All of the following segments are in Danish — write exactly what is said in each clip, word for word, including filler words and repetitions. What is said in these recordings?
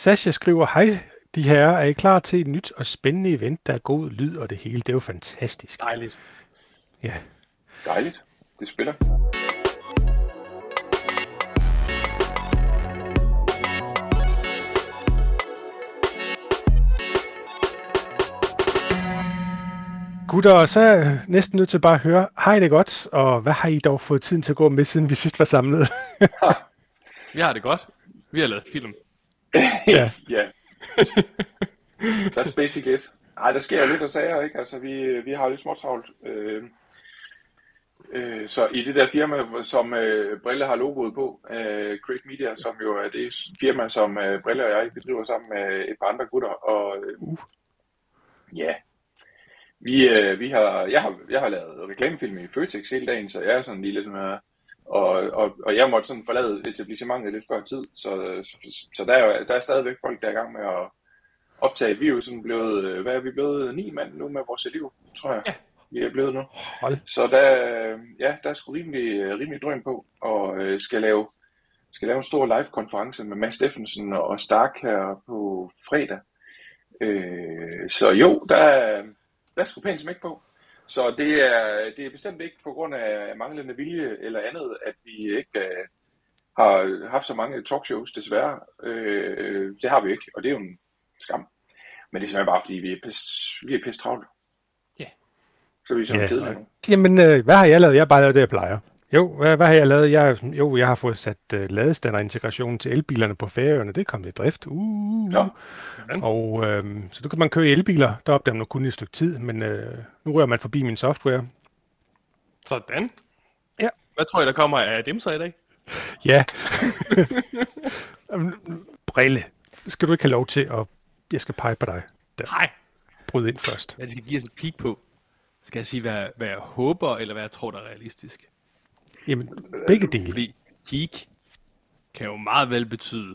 Sasha skriver, hej de her, er I klar til et nyt og spændende event, der er god lyd og det hele? Det er jo fantastisk. Dejligt. Ja. Dejligt. Det spiller. Gutter, så er jeg næsten nødt til bare at høre, har I det godt, og hvad har I dog fået tiden til at gå med, siden vi sidst var samlet? Vi har det godt. Vi har lavet film. Ja. Ja. That's basically it. Ej, der sker jo lidt af sager, ikke? Altså, vi, vi har jo lidt småtravlt. Øh, øh, så i det der firma, som øh, Brille har logoet på, øh, Create Media, som jo er det firma, som øh, Brille og jeg bedriver sammen med et par andre gutter, og øh, Uh. ja, vi, øh, vi har, jeg har, jeg har lavet reklamefilm i Føtex hele dagen, så jeg er sådan lige lidt med, og, og, og jeg måtte sådan forlade etablissementet lidt før tid, så, så, så der, er, der er stadigvæk folk, der er i gang med at optage. Vi er jo sådan blevet, hvad er vi blevet, ni mand nu med vores liv, tror jeg, Ja. vi er blevet nu. Hold. Så der, ja, der er sgu rimelig, rimelig drøm på, og øh, skal lave, skal lave en stor live-konference med Mads Steffensen og Stark her på fredag. Øh, så jo, der er, der er sgu pænt smæk på. Så det er, det er bestemt ikke på grund af manglende vilje eller andet, at vi ikke øh, har haft så mange talkshows, desværre. Øh, det har vi ikke, og det er jo en skam. Men det er simpelthen bare, fordi vi er pisse, vi er pisse travlt. Ja. Så er vi sådan Ja. kedelige nu. Jamen, øh, hvad har jeg lavet? Jeg har bare lavet det, jeg plejer. Jo, hvad, hvad har jeg lavet? Jeg, jo, jeg har fået sat øh, ladestanderintegrationen til elbilerne på Færøerne. Det er kommet i drift. Uh. Nå. Og øh, så nu kan man køre i elbiler deroppe, der man kun i et stykke tid, men øh, nu rører man forbi min software. Sådan. Ja. Hvad tror I, der kommer af dem så i dag? Ja. Brille. Skal du ikke have lov til at... Jeg skal pege på dig. Der. Nej. Bryd ind først. Hvad skal give os et peek på? Skal jeg sige, hvad, hvad jeg håber, eller hvad jeg tror, der er realistisk? Jamen, begge dele. Fordi peak kan jo meget vel betyde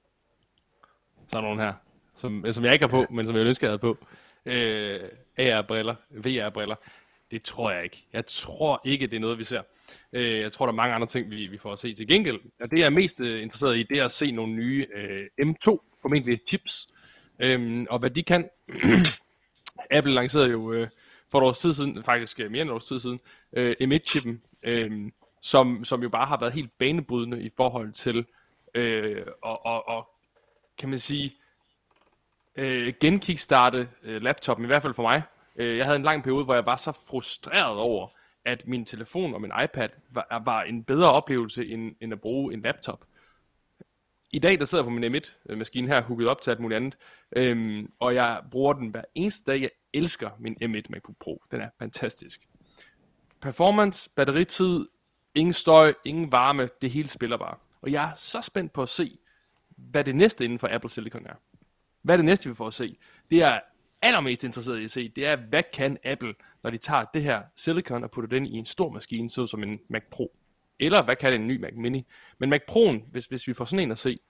sådan nogle her, som, som jeg ikke har på, men som jeg ønsker, jeg havde på. Øh, A R-briller, V R-briller. Det tror jeg ikke. Jeg tror ikke, det er noget, vi ser. Øh, jeg tror, der er mange andre ting, vi, vi får at se til gengæld. Og det, jeg er mest øh, interesseret i, det er at se nogle nye øh, M to, formentlig chips. Øh, og hvad de kan. Apple lancerede jo øh, for et års tid siden, faktisk mere end et års tid siden, øh, M et-chippen, øh, som, som jo bare har været helt banebrydende i forhold til øh, og, og, og kan man sige øh, genkickstarte øh, laptopen, i hvert fald for mig. Øh, jeg havde en lang periode, hvor jeg var så frustreret over, at min telefon og min iPad var, var en bedre oplevelse end, end at bruge en laptop. I dag der sidder jeg på min M et-maskine her, hooket op til alt muligt andet, øhm, og jeg bruger den hver eneste dag. Jeg elsker min M et MacBook Pro. Den er fantastisk. Performance, batteritid, ingen støj, ingen varme, det hele spiller bare. Og jeg er så spændt på at se, hvad det næste inden for Apple Silicon er. Hvad er det næste, vi får at se? Det jeg er allermest interesseret i at se, det er, hvad kan Apple, når de tager det her Silicon og putter den i en stor maskine, så som en Mac Pro. Eller hvad kan det en ny Mac Mini? Men Mac Pro'en, hvis, hvis vi får sådan en at se,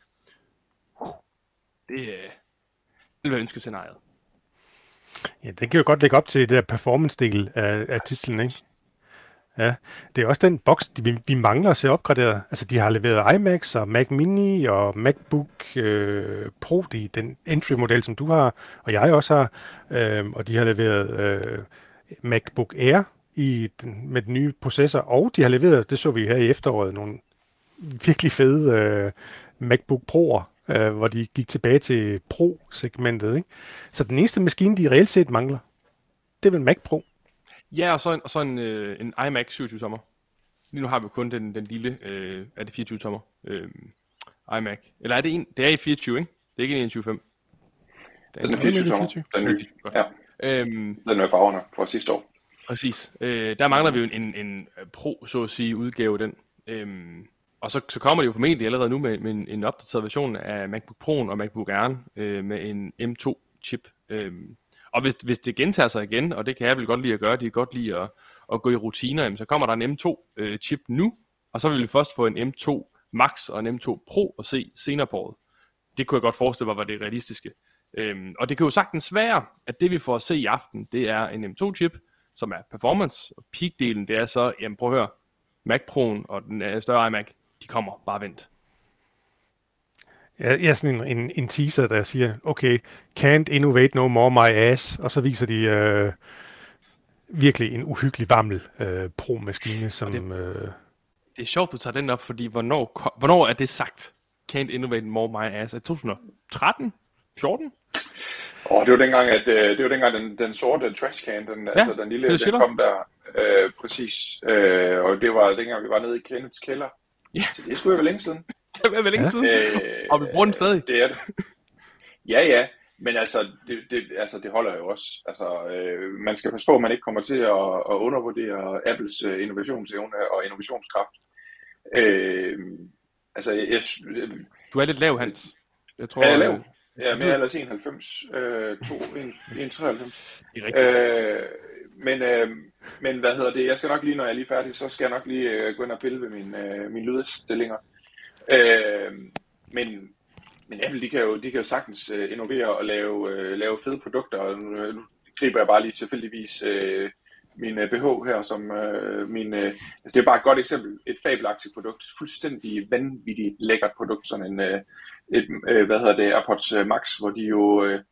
det øh, vil være ønskescenariet. Ja, den kan jo godt lægge op til det der performance-del af, af titlen, ikke? Ja, det er også den boks, vi, vi mangler at se opgraderet. Altså, de har leveret iMacs og Mac Mini og MacBook øh, Pro, de, den entry-model, som du har, og jeg også har, øh, og de har leveret øh, MacBook Air i den, med den nye processor, og de har leveret, det så vi her i efteråret, nogle virkelig fede øh, MacBook Pro'er, øh, hvor de gik tilbage til Pro-segmentet, ikke? Så den eneste maskine, de reelt set mangler, det er vel Mac Pro. Ja, og så en, og så en, øh, en iMac syvogtyve tommer. Lige nu har vi jo kun den, den lille, øh, er det fireogtyve tommer øh, iMac. Eller er det en? Det er i fireogtyve, ikke? Det er ikke en enogtyve komma fem. Den er fireogtyve tommer. Den nye. Ja. Øhm, den er farverne fra sidste år. Præcis. Øh, der mangler vi jo en, en, en Pro, så at sige, udgave den. Øhm, og så, så kommer det jo formentlig allerede nu med, med en, en opdateret version af MacBook Pro'en og MacBook Air'en øh, med en M to chip. Øhm, og hvis, hvis det gentager sig igen, og det kan jeg vel godt lide at gøre, de kan godt lide at, at gå i rutiner, jamen, så kommer der en M to øh, chip nu, og så vil vi først få en M to Max og en M to Pro at se senere på året. Det kunne jeg godt forestille mig var det realistiske. Øhm, og det kan jo sagtens være, at det vi får at se i aften, det er en M to chip, som er performance, og peak-delen, det er så, jamen prøv at høre, Mac Pro'en og den større iMac, de kommer, bare vent. Ja, ja, sådan en, en, en teaser, der siger, okay, can't innovate no more my ass, og så viser de øh, virkelig en uhyggelig vammel øh, pro-maskine, Og det, som... Øh, det er sjovt, du tager den op, fordi hvornår, ko- hvornår er det sagt? Can't innovate more my ass. Er det to tusind og tretten? fjorten? Og det var dengang, at øh, det var dengang den, den sorte trash can, den, Ja, altså den lille, Peter den Schiller. kom der, øh, præcis. Øh, og det var dengang, vi var nede i Kenneths kælder. Ja. Så det skulle være længe siden. Det er vel længe Ja. siden. Øh, Og vi bruger den stadig. Det er det. Ja, ja. Men altså det, det, altså, det holder jo også. Altså, øh, man skal passe på, at man ikke kommer til at, at undervurdere Apples øh, innovationsevne og innovationskraft. Øh, altså, jeg, jeg, Du er lidt lav, Hans. Jeg tror, er jeg lav? øh, Ja, men jeg er ellers enoghalvfems, øh, to, en, en treoghalvfems. det er rigtigt. Øh, men, øh, men hvad hedder det? Jeg skal nok lige, når jeg er lige færdig, så skal jeg nok lige øh, gå ind og pille ved min, øh, mine lydstillinger. Øh, men, men Apple, de kan jo, de kan jo sagtens øh, innovere og lave, øh, lave fede produkter. Og nu, nu griber jeg bare lige tilfældigvis øh, min øh, B H her, som øh, min... Øh, altså det er bare et godt eksempel. Et fabelagtigt produkt. Fuldstændig vanvittigt lækkert produkt. Sådan en... Øh, et, øh, hvad hedder det, AirPods Max, hvor de jo øh,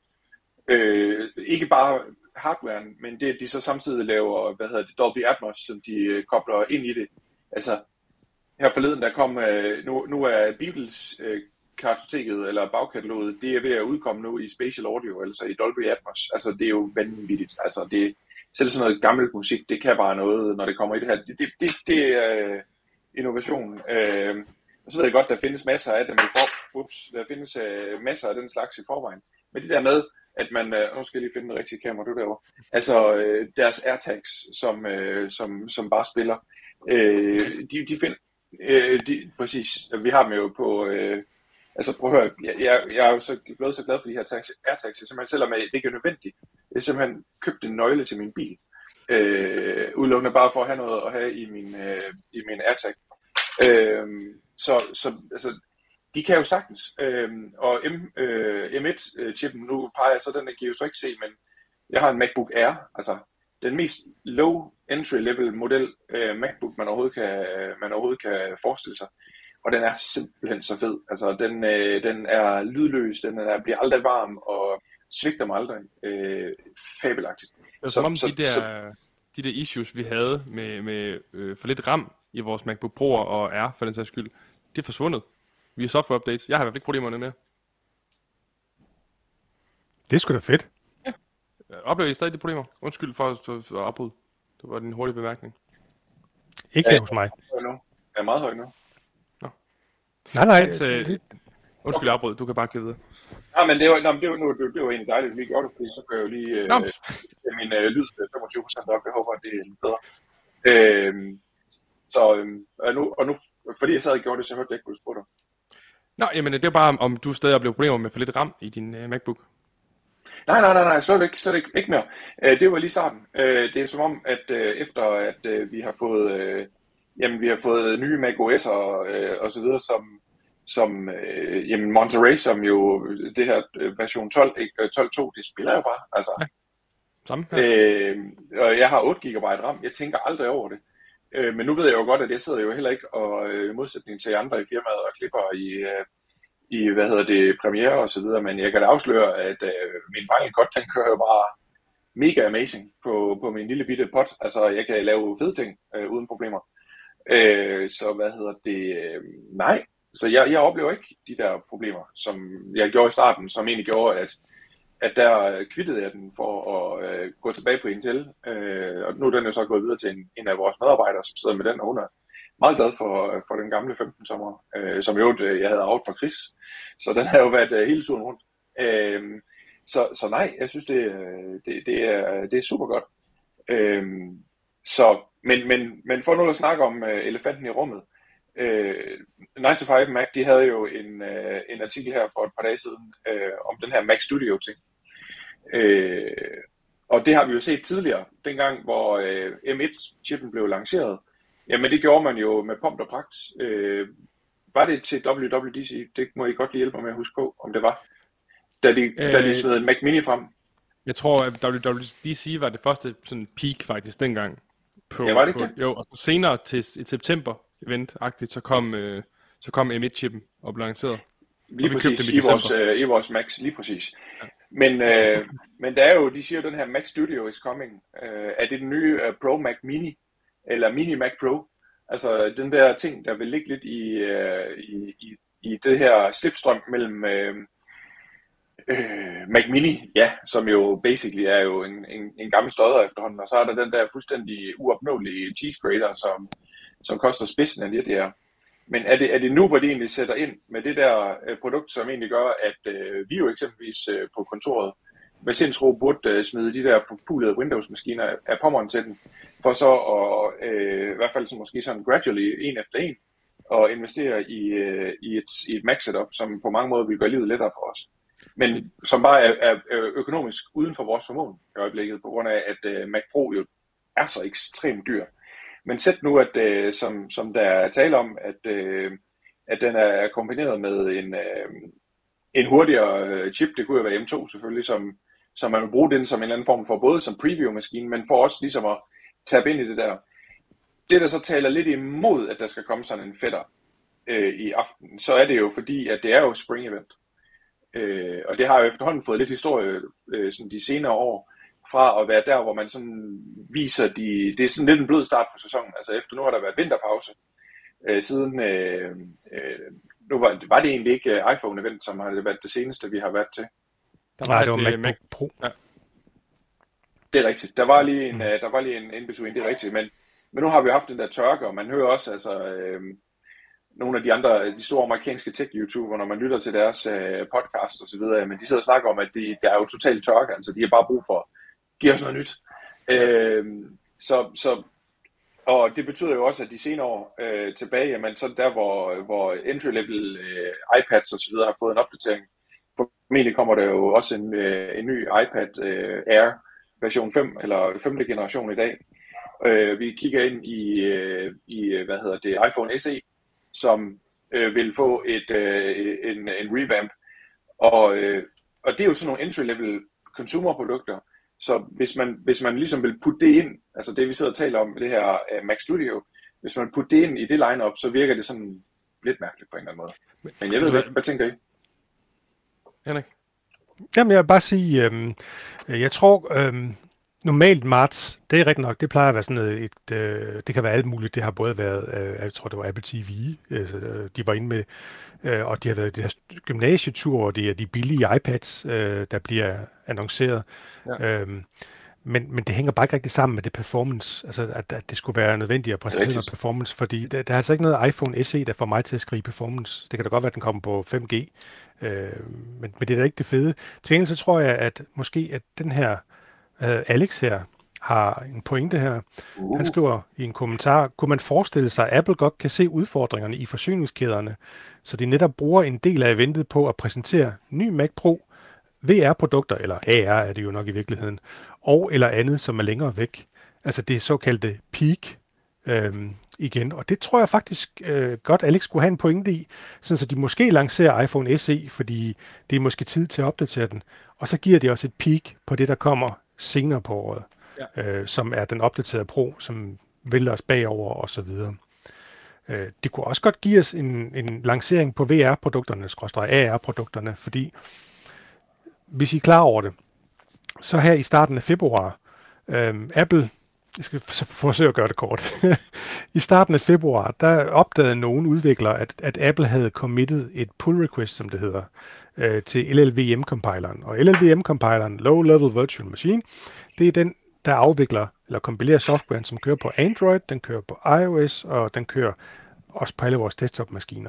øh, ikke bare hardwaren, men det de så samtidig laver, hvad hedder det, Dolby Atmos, som de øh, kobler ind i det. Altså, her forleden der kom, øh, nu, nu er Beatles øh, kartoteket, eller bagkataloget, det er ved at udkomme nu i Spatial Audio, altså i Dolby Atmos. Altså, det er jo vanvittigt. Altså, det, selv sådan noget gammelt musik, det kan bare noget, når det kommer i det her. Det, det, det, det er øh, innovation. Øh, Og så ved jeg godt, der findes masser af dem i for... Ups, der findes uh, masser af den slags i forvejen. Men det der med, at man... Uh, nu skal jeg lige finde den rigtige kamera, du derovre. Altså, uh, deres AirTags, som, uh, som, som bare spiller. Uh, de, de finder... Uh, de, præcis, vi har dem jo på... Uh, altså, prøv at høre. Jeg, jeg, jeg er jo så blevet så glad for de her tags, AirTags. Jeg simpelthen, selvom det ikke er nødvendigt. Jeg har simpelthen købt en nøgle til min bil. Uh, udelukkende bare for at have noget at have i min, uh, i min AirTag. Uh, Så, så altså, de kan jo sagtens, øhm, og M, øh, M et-chippen, nu peger jeg så, den kan jeg jo så ikke se, men jeg har en MacBook Air, altså den mest low entry-level model øh, MacBook, man overhovedet, kan, man overhovedet kan forestille sig, og den er simpelthen så fed, altså den, øh, den er lydløs, den er, bliver aldrig varm, og svigter mig aldrig, øh, fabelagtigt. Det er som om de der, så, de der issues, vi havde med, med øh, for lidt RAM i vores MacBook Pro og R, for den sags skyld, det er forsvundet. Vi har software updates. Jeg har i hvert fald ikke problemerne med. det er sgu da fedt. Ja. Oplever I stadig de problemer? Undskyld for, for, for at afbryde. Det var en hurtig bemærkning. Ikke Ja, her hos mig. Jeg er meget høj nu. Nå. Nej, nej. Hans, øh, det, undskyld okay. afbryd, du kan bare give videre. Ja, men det var, nå, men det var, nu, det, det var egentlig dejligt, at vi gjorde det, fordi så kan jeg jo lige øh, Nå. min øh, lyd femogtyve procent op. Jeg håber, at det er lidt bedre. Øh, Så, øhm, og, nu, og nu, fordi jeg sad og gjorde det, så hørte jeg ikke, hvad du spurgte om. Nå, jamen det er bare, om du stadig oplever problemer med for lidt RAM i din uh, MacBook. Nej, nej, nej, nej, slet ikke, slet ikke, ikke mere. Uh, det var lige starten. Uh, det er som om, at uh, efter at uh, vi har fået, uh, jamen, vi har fået nye macOS'er og, uh, og så videre, som, som uh, jamen, Monterey, som jo det her uh, version tolv, uh, tolv punkt to, det spiller jo bare. Altså. Ja, samme her. Uh, og jeg har otte gigabyte RAM, jeg tænker aldrig over det. Men nu ved jeg jo godt, at jeg sidder jo heller ikke og i modsætning til andre i firmaet og klipper i, i hvad hedder det, Premiere og så videre, men jeg kan da afsløre, at uh, min Final Cut, den kører jo bare mega amazing på, på min lille bitte pot. Altså, jeg kan lave fede ting uh, uden problemer. Uh, så hvad hedder det? Uh, nej, så jeg, jeg oplever ikke de der problemer, som jeg gjorde i starten, som egentlig gjorde, at at der kvittede jeg den for at øh, gå tilbage på Intel, øh, og nu er den jo så gået videre til en, en af vores medarbejdere, som sidder med den, og hun er meget glad for, for den gamle femten tommer, øh, som jo øh, jeg havde arvet fra Chris, så den har jo været øh, hele turen rundt. Øh, så, så nej, jeg synes, det, det, det, er, det er super godt. Øh, så, men, men, men for nu at snakke om øh, elefanten i rummet, øh, nine to five Mac, de havde jo en, øh, en artikel her for et par dage siden øh, om den her Mac Studio ting. Øh, og det har vi jo set tidligere, dengang hvor øh, M et-chippen blev lanceret. Jamen det gjorde man jo med pomp og pragt. Øh, var det til W W D C? Det må I godt lige hjælpe mig med at huske på, om det var. Da de, øh, da de smed en Mac Mini frem. Jeg tror, at W W D C var det første sådan peak faktisk dengang. På, ja, var det på, ikke? Jo, og så senere til et september event-agtigt, så kom, øh, så kom M et-chippen og blev lanceret. lige vi præcis, købte dem i i, vores, december. øh, i vores Max, lige præcis. Ja. Men, øh, men der er jo, de siger jo, den her Mac Studio is coming. Øh, er det den nye øh, Pro Mac Mini, eller Mini Mac Pro? Altså den der ting, der vil ligge lidt i, øh, i, i, i det her slipstrøm mellem øh, øh, Mac Mini, ja, som jo basically er jo en, en, en gammel stodder efterhånden, og så er der den der fuldstændig uopnåelige cheese grater, som, som koster spidsen af det her. Men er det, er det nu, hvor de egentlig sætter ind med det der øh, produkt, som egentlig gør, at øh, vi jo eksempelvis øh, på kontoret med sindsro burde øh, smide de der forpulede Windows-maskiner af pommeren til den, for så at øh, i hvert fald så måske sådan gradually, en efter en, og investere i, øh, i, et, i et Mac-setup, som på mange måder vil gøre livet lettere for os. Men som bare er, er, er økonomisk uden for vores formåen i øjeblikket, på grund af, at øh, Mac Pro jo er så ekstremt dyr. Men sæt nu, at øh, som, som der er tale om, at, øh, at den er kombineret med en, øh, en hurtigere chip, det kunne jo være M to selvfølgelig, som, som man vil bruge den som en eller anden form for, både som preview-maskine, men for også ligesom at tabe ind i det der. Det, der så taler lidt imod, at der skal komme sådan en fætter øh, i aften, så er det jo fordi, at det er jo Spring Event. Øh, og det har jo efterhånden fået lidt historie øh, sådan de senere år, fra at være der, hvor man sådan viser, de, det er sådan lidt en blød start på sæsonen. Altså efter nu har der været vinterpause, øh, siden, øh, øh, nu var, var det egentlig ikke iPhone-event, som har det været det seneste, vi har været til. Der var Nej, det var et, MacBook Pro. Ja. Det er rigtigt. Der var lige en, mm. der var lige en in-between, det er rigtigt. Men, men nu har vi haft den der tørke, og man hører også, altså, øh, nogle af de andre, de store amerikanske tech-YouTubere, når man lytter til deres øh, podcast og så videre, men de sidder og snakker om, at de, der er jo totalt tørke, altså de har bare brug for giver os noget nyt. Øh, så, så, og det betyder jo også, at de senere år øh, tilbage, jamen så der, hvor, hvor entry-level øh, iPads og så videre har fået en opdatering, formentlig kommer der jo også en, øh, en ny iPad øh, Air version fem, eller femte generation i dag. Øh, vi kigger ind i, øh, i, hvad hedder det, iPhone S E, som øh, vil få et, øh, en, en revamp. Og, øh, og det er jo sådan nogle entry-level consumer-produkter. Så hvis man, hvis man ligesom vil putte det ind, altså det vi sidder og taler om, det her uh, Mac Studio, hvis man putter det ind i det lineup, så virker det sådan lidt mærkeligt på en eller anden måde. Men jeg ved, hvad, hvad tænker I? Henrik? Jamen jeg vil bare sige, øhm, jeg tror øhm, normalt marts, det er rigtigt nok, det plejer at være sådan et, øh, det kan være alt muligt, det har både været, øh, jeg tror det var Apple T V, øh, de var inde med, øh, og de har været det her gymnasietur, og det er de billige iPads, øh, der bliver annonceret. Ja. Øhm, men, men det hænger bare ikke rigtig sammen med det performance, altså at, at det skulle være nødvendigt at præsentere noget performance, fordi der, der er altså ikke noget iPhone S E, der får mig til at skrive performance. Det kan da godt være, at den kommer på fem G, øh, men, men det er da ikke det fede. Til gengæld så tror jeg, at måske at den her øh, Alex her har en pointe her. Uh. Han skriver i en kommentar, kunne man forestille sig, at Apple godt kan se udfordringerne i forsyningskæderne, så de netop bruger en del af eventet på at præsentere ny Mac Pro, V R-produkter, eller A R er det jo nok i virkeligheden, og eller andet, som er længere væk. Altså det såkaldte peak øhm, igen. Og det tror jeg faktisk øh, godt, Alex skulle have en pointe i, sådan så de måske lancerer iPhone S E, fordi det er måske tid til at opdatere den. Og så giver de også et peak på det, der kommer senere på året, ja. øh, som er den opdaterede Pro, som vælter os bagover og så videre. Øh, det kunne også godt give os en, en lancering på V R-produkterne, skråstreg A R-produkterne, fordi hvis I er klar over det, så her i starten af februar, øhm, Apple, jeg skal forsøge at gøre det kort, i starten af februar, der opdagede nogle udviklere, at, at Apple havde committed et pull request, som det hedder, øh, til L L V M-compileren. Og L L V M-compileren, Low Level Virtual Machine, det er den, der afvikler eller kompilerer softwaren, som kører på Android, den kører på iOS, og den kører også på alle vores desktop-maskiner.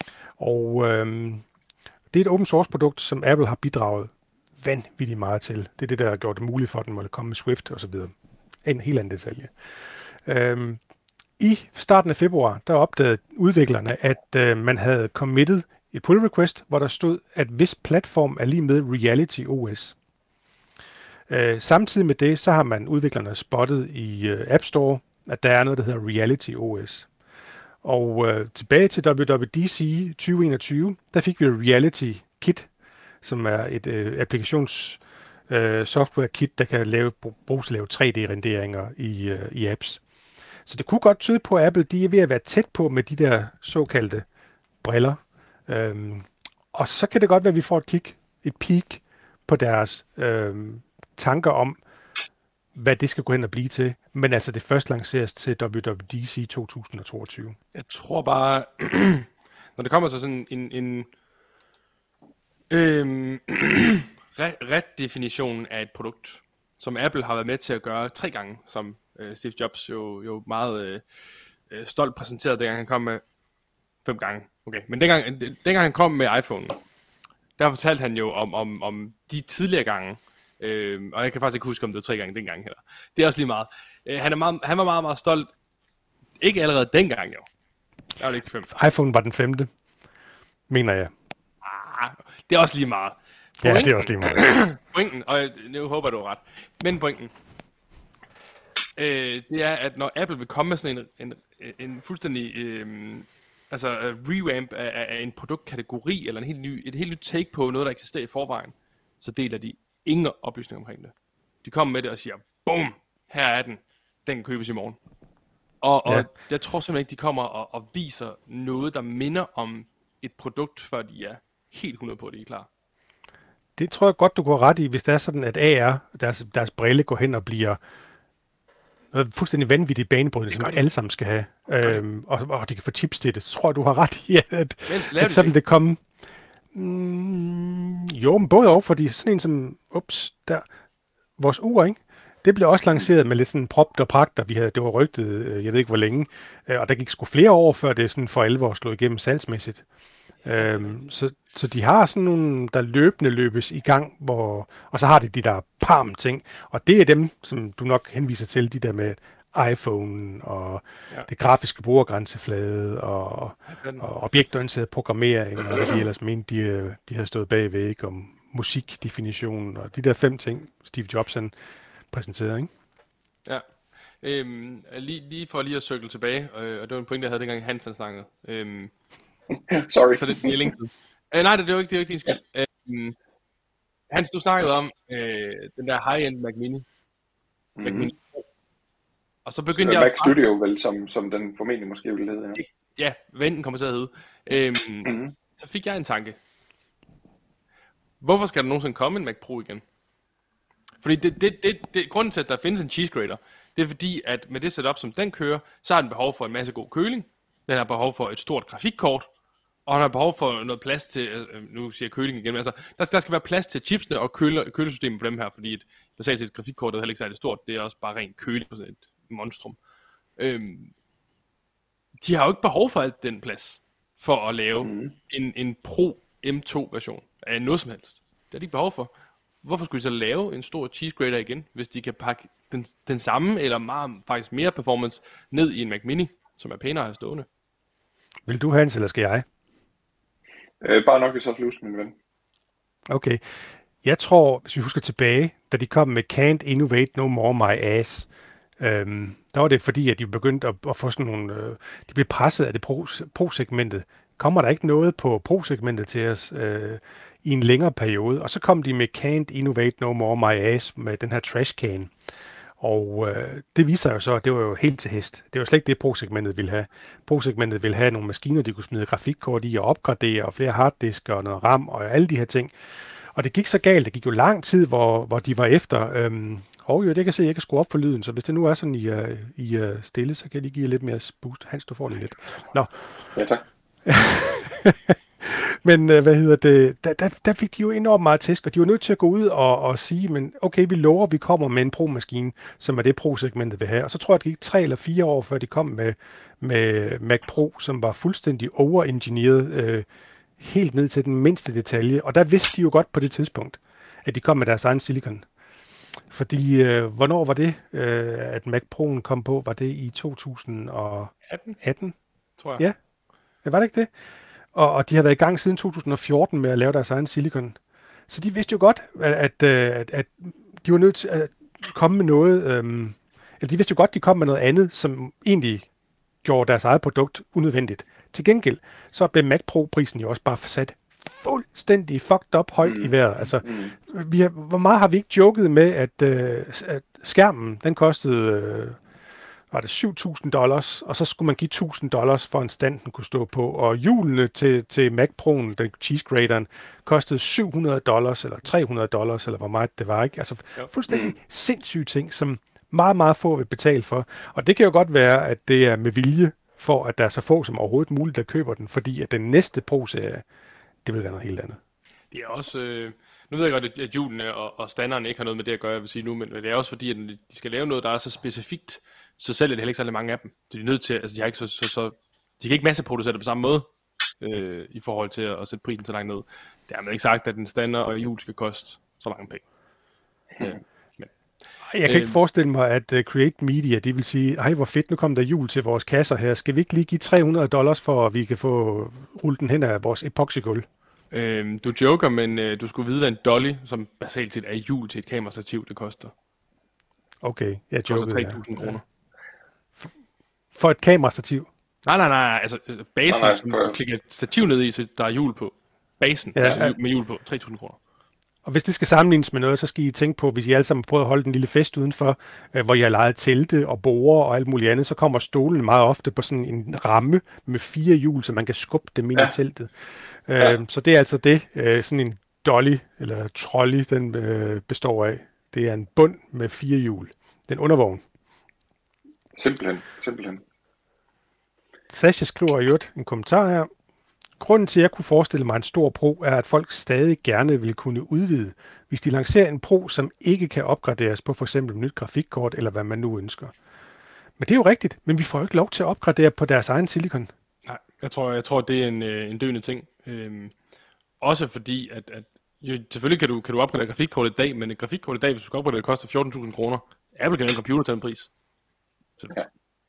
Og øhm, det er et open source produkt, som Apple har bidraget vanvittigt meget til. Det er det, der har gjort det muligt for den, at komme med Swift og så videre. En helt anden detalje. Øhm, I starten af februar, der opdagede udviklerne, at øh, man havde committed et pull request, hvor der stod, at hvis platform er lige med Reality O S. Øh, samtidig med det, så har man udviklerne spottet i øh, App Store, at der er noget, der hedder Reality O S. Og øh, tilbage til W W D C tyve enogtyve, der fik vi Reality Kit, som er et øh, applikations øh, software kit, der kan lave, bruges til at lave tre D-renderinger i, øh, i apps. Så det kunne godt tyde på, at Apple de er ved at være tæt på med de der såkaldte briller. Øhm, og så kan det godt være, at vi får et kig, et peak på deres øh, tanker om, hvad det skal gå hen og blive til. Men altså, det først lanceres til W W D C to tusind og toogtyve. Jeg tror bare, når det kommer til sådan en, en øhm, redefinition af et produkt, som Apple har været med til at gøre tre gange, som øh, Steve Jobs jo, jo meget øh, stolt præsenterede, dengang han kom med fem gange. Okay, men dengang, dengang han kom med iPhone, der fortalte han jo om, om, om de tidligere gange, øh, og jeg kan faktisk ikke huske, om det var tre gange dengang heller. Det er også lige meget. Øh, han, er meget han var meget, meget stolt. Ikke allerede dengang jo. Der var det ikke fem. iPhone var den femte, mener jeg. Ah, det er også lige meget. Pointen, ja, det er også lige meget. Pointen, og nu håber du er ret. Men pointen, øh, det er, at når Apple vil komme med sådan en, en, en fuldstændig øh, altså revamp af, af en produktkategori, eller en helt ny, et helt nyt take på noget, der eksisterer i forvejen, så deler de ingen oplysninger omkring det. De kommer med det og siger, boom, her er den. Den kan købes i morgen. Og, og ja. Jeg tror simpelthen ikke, de kommer og, og viser noget, der minder om et produkt, før de er helt hundrede på, at de er klar. Det tror jeg godt, du går ret i, hvis det er sådan, at A R, deres, deres brille, går hen og bliver noget fuldstændig vanvittigt banebrydende, som de alle sammen skal have, øhm, og, og de kan få chips til det, så tror jeg, du har ret i, at, at sådan det, det kommer. Mm, jo, men både og, fordi sådan en som, ups, der, vores ur, ikke? Det blev også lanceret med lidt sådan prop og pragt, og vi havde, det var rygtet, jeg ved ikke hvor længe, og der gik sgu flere år, før det sådan for alvor slog igennem salgsmæssigt. Øhm, så, så de har sådan nogle, der løbende løbes i gang, hvor, og så har de de der parm ting, og det er dem, som du nok henviser til, de der med iPhone og ja. Det grafiske brugergrænseflade og, og objektorienteret programmering, og hvad de ellers mente, de, de havde stået bagved, ikke, om musikdefinitionen og de der fem ting, Steve Jobs han præsenterede, ikke? Ja. Øhm, lige, lige for lige at cykle tilbage, øh, og det var en point, jeg havde dengang Hans han snakkede. Øhm, Sorry. Så det, det er længe siden. Øh, nej, det, det er jo ikke, det er jo ikke din skyld. Ja. Øhm, Hans, du snakkede om øh, den der high-end Mac Mini. Mm-hmm. Mac Mini Pro. Og så begyndte så jeg Mac at Studio, vel, som, som den formentlig måske ville hedde. Ja, ja hvad den kommer til at hedde. Øhm, mm-hmm. Så fik jeg en tanke. Hvorfor skal der nogensinde komme en Mac Pro igen? Fordi det, det, det, det, grunden til, at der findes en cheese grater, det er fordi, at med det setup, som den kører, så har den behov for en masse god køling. Den har behov for et stort grafikkort, og han har behov for noget plads til, øh, nu siger jeg køling igen, men altså, der, der skal være plads til chipsene og køle, kølesystemet på dem her, fordi et, basalt set grafikkortet er heller ikke særlig stort, det er også bare rent køling på sådan et monstrum. Øhm, de har jo ikke behov for alt den plads, for at lave mm. en, en Pro M to version af noget som helst. Det har de ikke behov for. Hvorfor skulle de så lave en stor cheese grater igen, hvis de kan pakke den, den samme, eller meget, faktisk mere performance, ned i en Mac Mini, som er pænere at have stående? Vil du, Hans, eller skal jeg? Øh, bare nok i så flus, min ven. Okay. Jeg tror, hvis vi husker tilbage, da de kom med Can't Innovate No More My Ass, øhm, der var det fordi, at de begyndte at, at få sådan nogle... Øh, de blev presset af det pro, pro-segmentet. Kommer der ikke noget på pro-segmentet til os øh, i en længere periode? Og så kom de med Can't Innovate No More My Ass med den her trash can. Og øh, det viser jo så, at det var jo helt til hest. Det var slet ikke det, Pro-segmentet ville have. Pro-segmentet ville have nogle maskiner, de kunne smide grafikkort i og opgradere, og flere harddisker og noget RAM og alle de her ting. Og det gik så galt. Det gik jo lang tid, hvor, hvor de var efter. Øhm, og jo, det kan se, at jeg kan skrue op for lyden, så hvis det nu er sådan, I er, I er stille, så kan jeg lige give lidt mere boost. Hans, du får lige lidt. Nå. Ja, tak. Men øh, hvad hedder det, der, der, der fik de jo enormt meget tæsk, og de var nødt til at gå ud og, og sige, men okay, vi lover, vi kommer med en Pro-maskine, som er det Pro-segmentet vil have. Og så tror jeg, det gik tre eller fire år, før de kom med, med Mac Pro, som var fuldstændig overengineeret, øh, helt ned til den mindste detalje. Og der vidste de jo godt på det tidspunkt, at de kom med deres egen silicon. Fordi, øh, hvornår var det, øh, at Mac Pro'en kom på? Var det i to tusind og atten? Tror jeg. Ja, var det ikke det? Og, og de har været i gang siden to tusind og fjorten med at lave deres egen silicon. Så de vidste jo godt, at, at, at, at de var nødt til at komme med noget, øhm, eller de vidste jo godt, at de kom med noget andet, som egentlig gjorde deres eget produkt unødvendigt. Til gengæld, så blev Mac Pro-prisen jo også bare sat fuldstændig fucked up højt mm. i vejret. Altså, vi har, hvor meget har vi ikke joket med, at, øh, at skærmen, den kostede... Øh, var det syv tusind dollars, og så skulle man give tusind dollars for en stand, den kunne stå på. Og hjulene til, til Mac Pro'en, den cheese grateren, kostede syv hundrede dollars, eller tre hundrede dollars, eller hvor meget det var, ikke? Altså fuldstændig mm. sindssyge ting, som meget, meget få vil betale for. Og det kan jo godt være, at det er med vilje, for at der er så få som overhovedet muligt, der køber den, fordi at den næste Pro-serie, det vil være noget helt andet. Det er også... Øh... Nu ved jeg godt, at hjulene og, og standarderne ikke har noget med det at gøre, jeg vil sige nu, men det er også fordi, at de skal lave noget, der er så specifikt, så selv er det heller ikke særlig mange af dem. Så de er nødt til, altså de har ikke så, så, så de kan ikke masseproducere det på samme måde, øh, i forhold til at, at sætte prisen så langt ned. Det har man ikke sagt, at en standard og hjul skal koste så mange penge. Hmm. Øh, men, jeg kan øh, ikke forestille mig, at uh, Create Media, det vil sige, ej hvor fedt, nu kommer der hjul til vores kasser her. Skal vi ikke lige give tre hundrede dollars for, at vi kan få rullet den hen af vores epoxygulv? Øhm, du joker, men øh, du skulle vide, at en dolly, som basalt set er hjul til et kamerastativ, det koster. Okay, jeg joker. Det koster tre tusind kroner. For, for et kamerastativ? Nej, nej, nej, altså basen, nej, nej, som du klikker et stativ ned i, så der er hjul på. Basen ja, ja. Med hjul på, tre tusind kroner. Og hvis det skal sammenlignes med noget, så skal I tænke på, hvis I alle sammen prøver at holde en lille fest udenfor, øh, hvor I har lejet telte og borer og alt muligt andet, så kommer stolen meget ofte på sådan en ramme med fire hjul, så man kan skubbe dem ind ja. i teltet. Øh, ja. Så det er altså det, øh, sådan en dolly, eller trolley, den øh, består af. Det er en bund med fire hjul. Den undervogn. Simpelthen, simpelthen. Sasha skriver i øvrigt en kommentar her. Grunden til, at jeg kunne forestille mig en stor Pro, er, at folk stadig gerne vil kunne udvide, hvis de lancerer en Pro, som ikke kan opgraderes på for eksempel et nyt grafikkort, eller hvad man nu ønsker. Men det er jo rigtigt, men vi får jo ikke lov til at opgradere på deres egen silicon. Nej, jeg tror, jeg tror det er en, en døende ting. Øhm, også fordi, at, at jo, selvfølgelig kan du, kan du opgradere grafikkort i dag, men et grafikkort i dag, hvis du skal opgradere, det koster fjorten tusind kroner. Apple kan en computer til en pris. Så. Ja.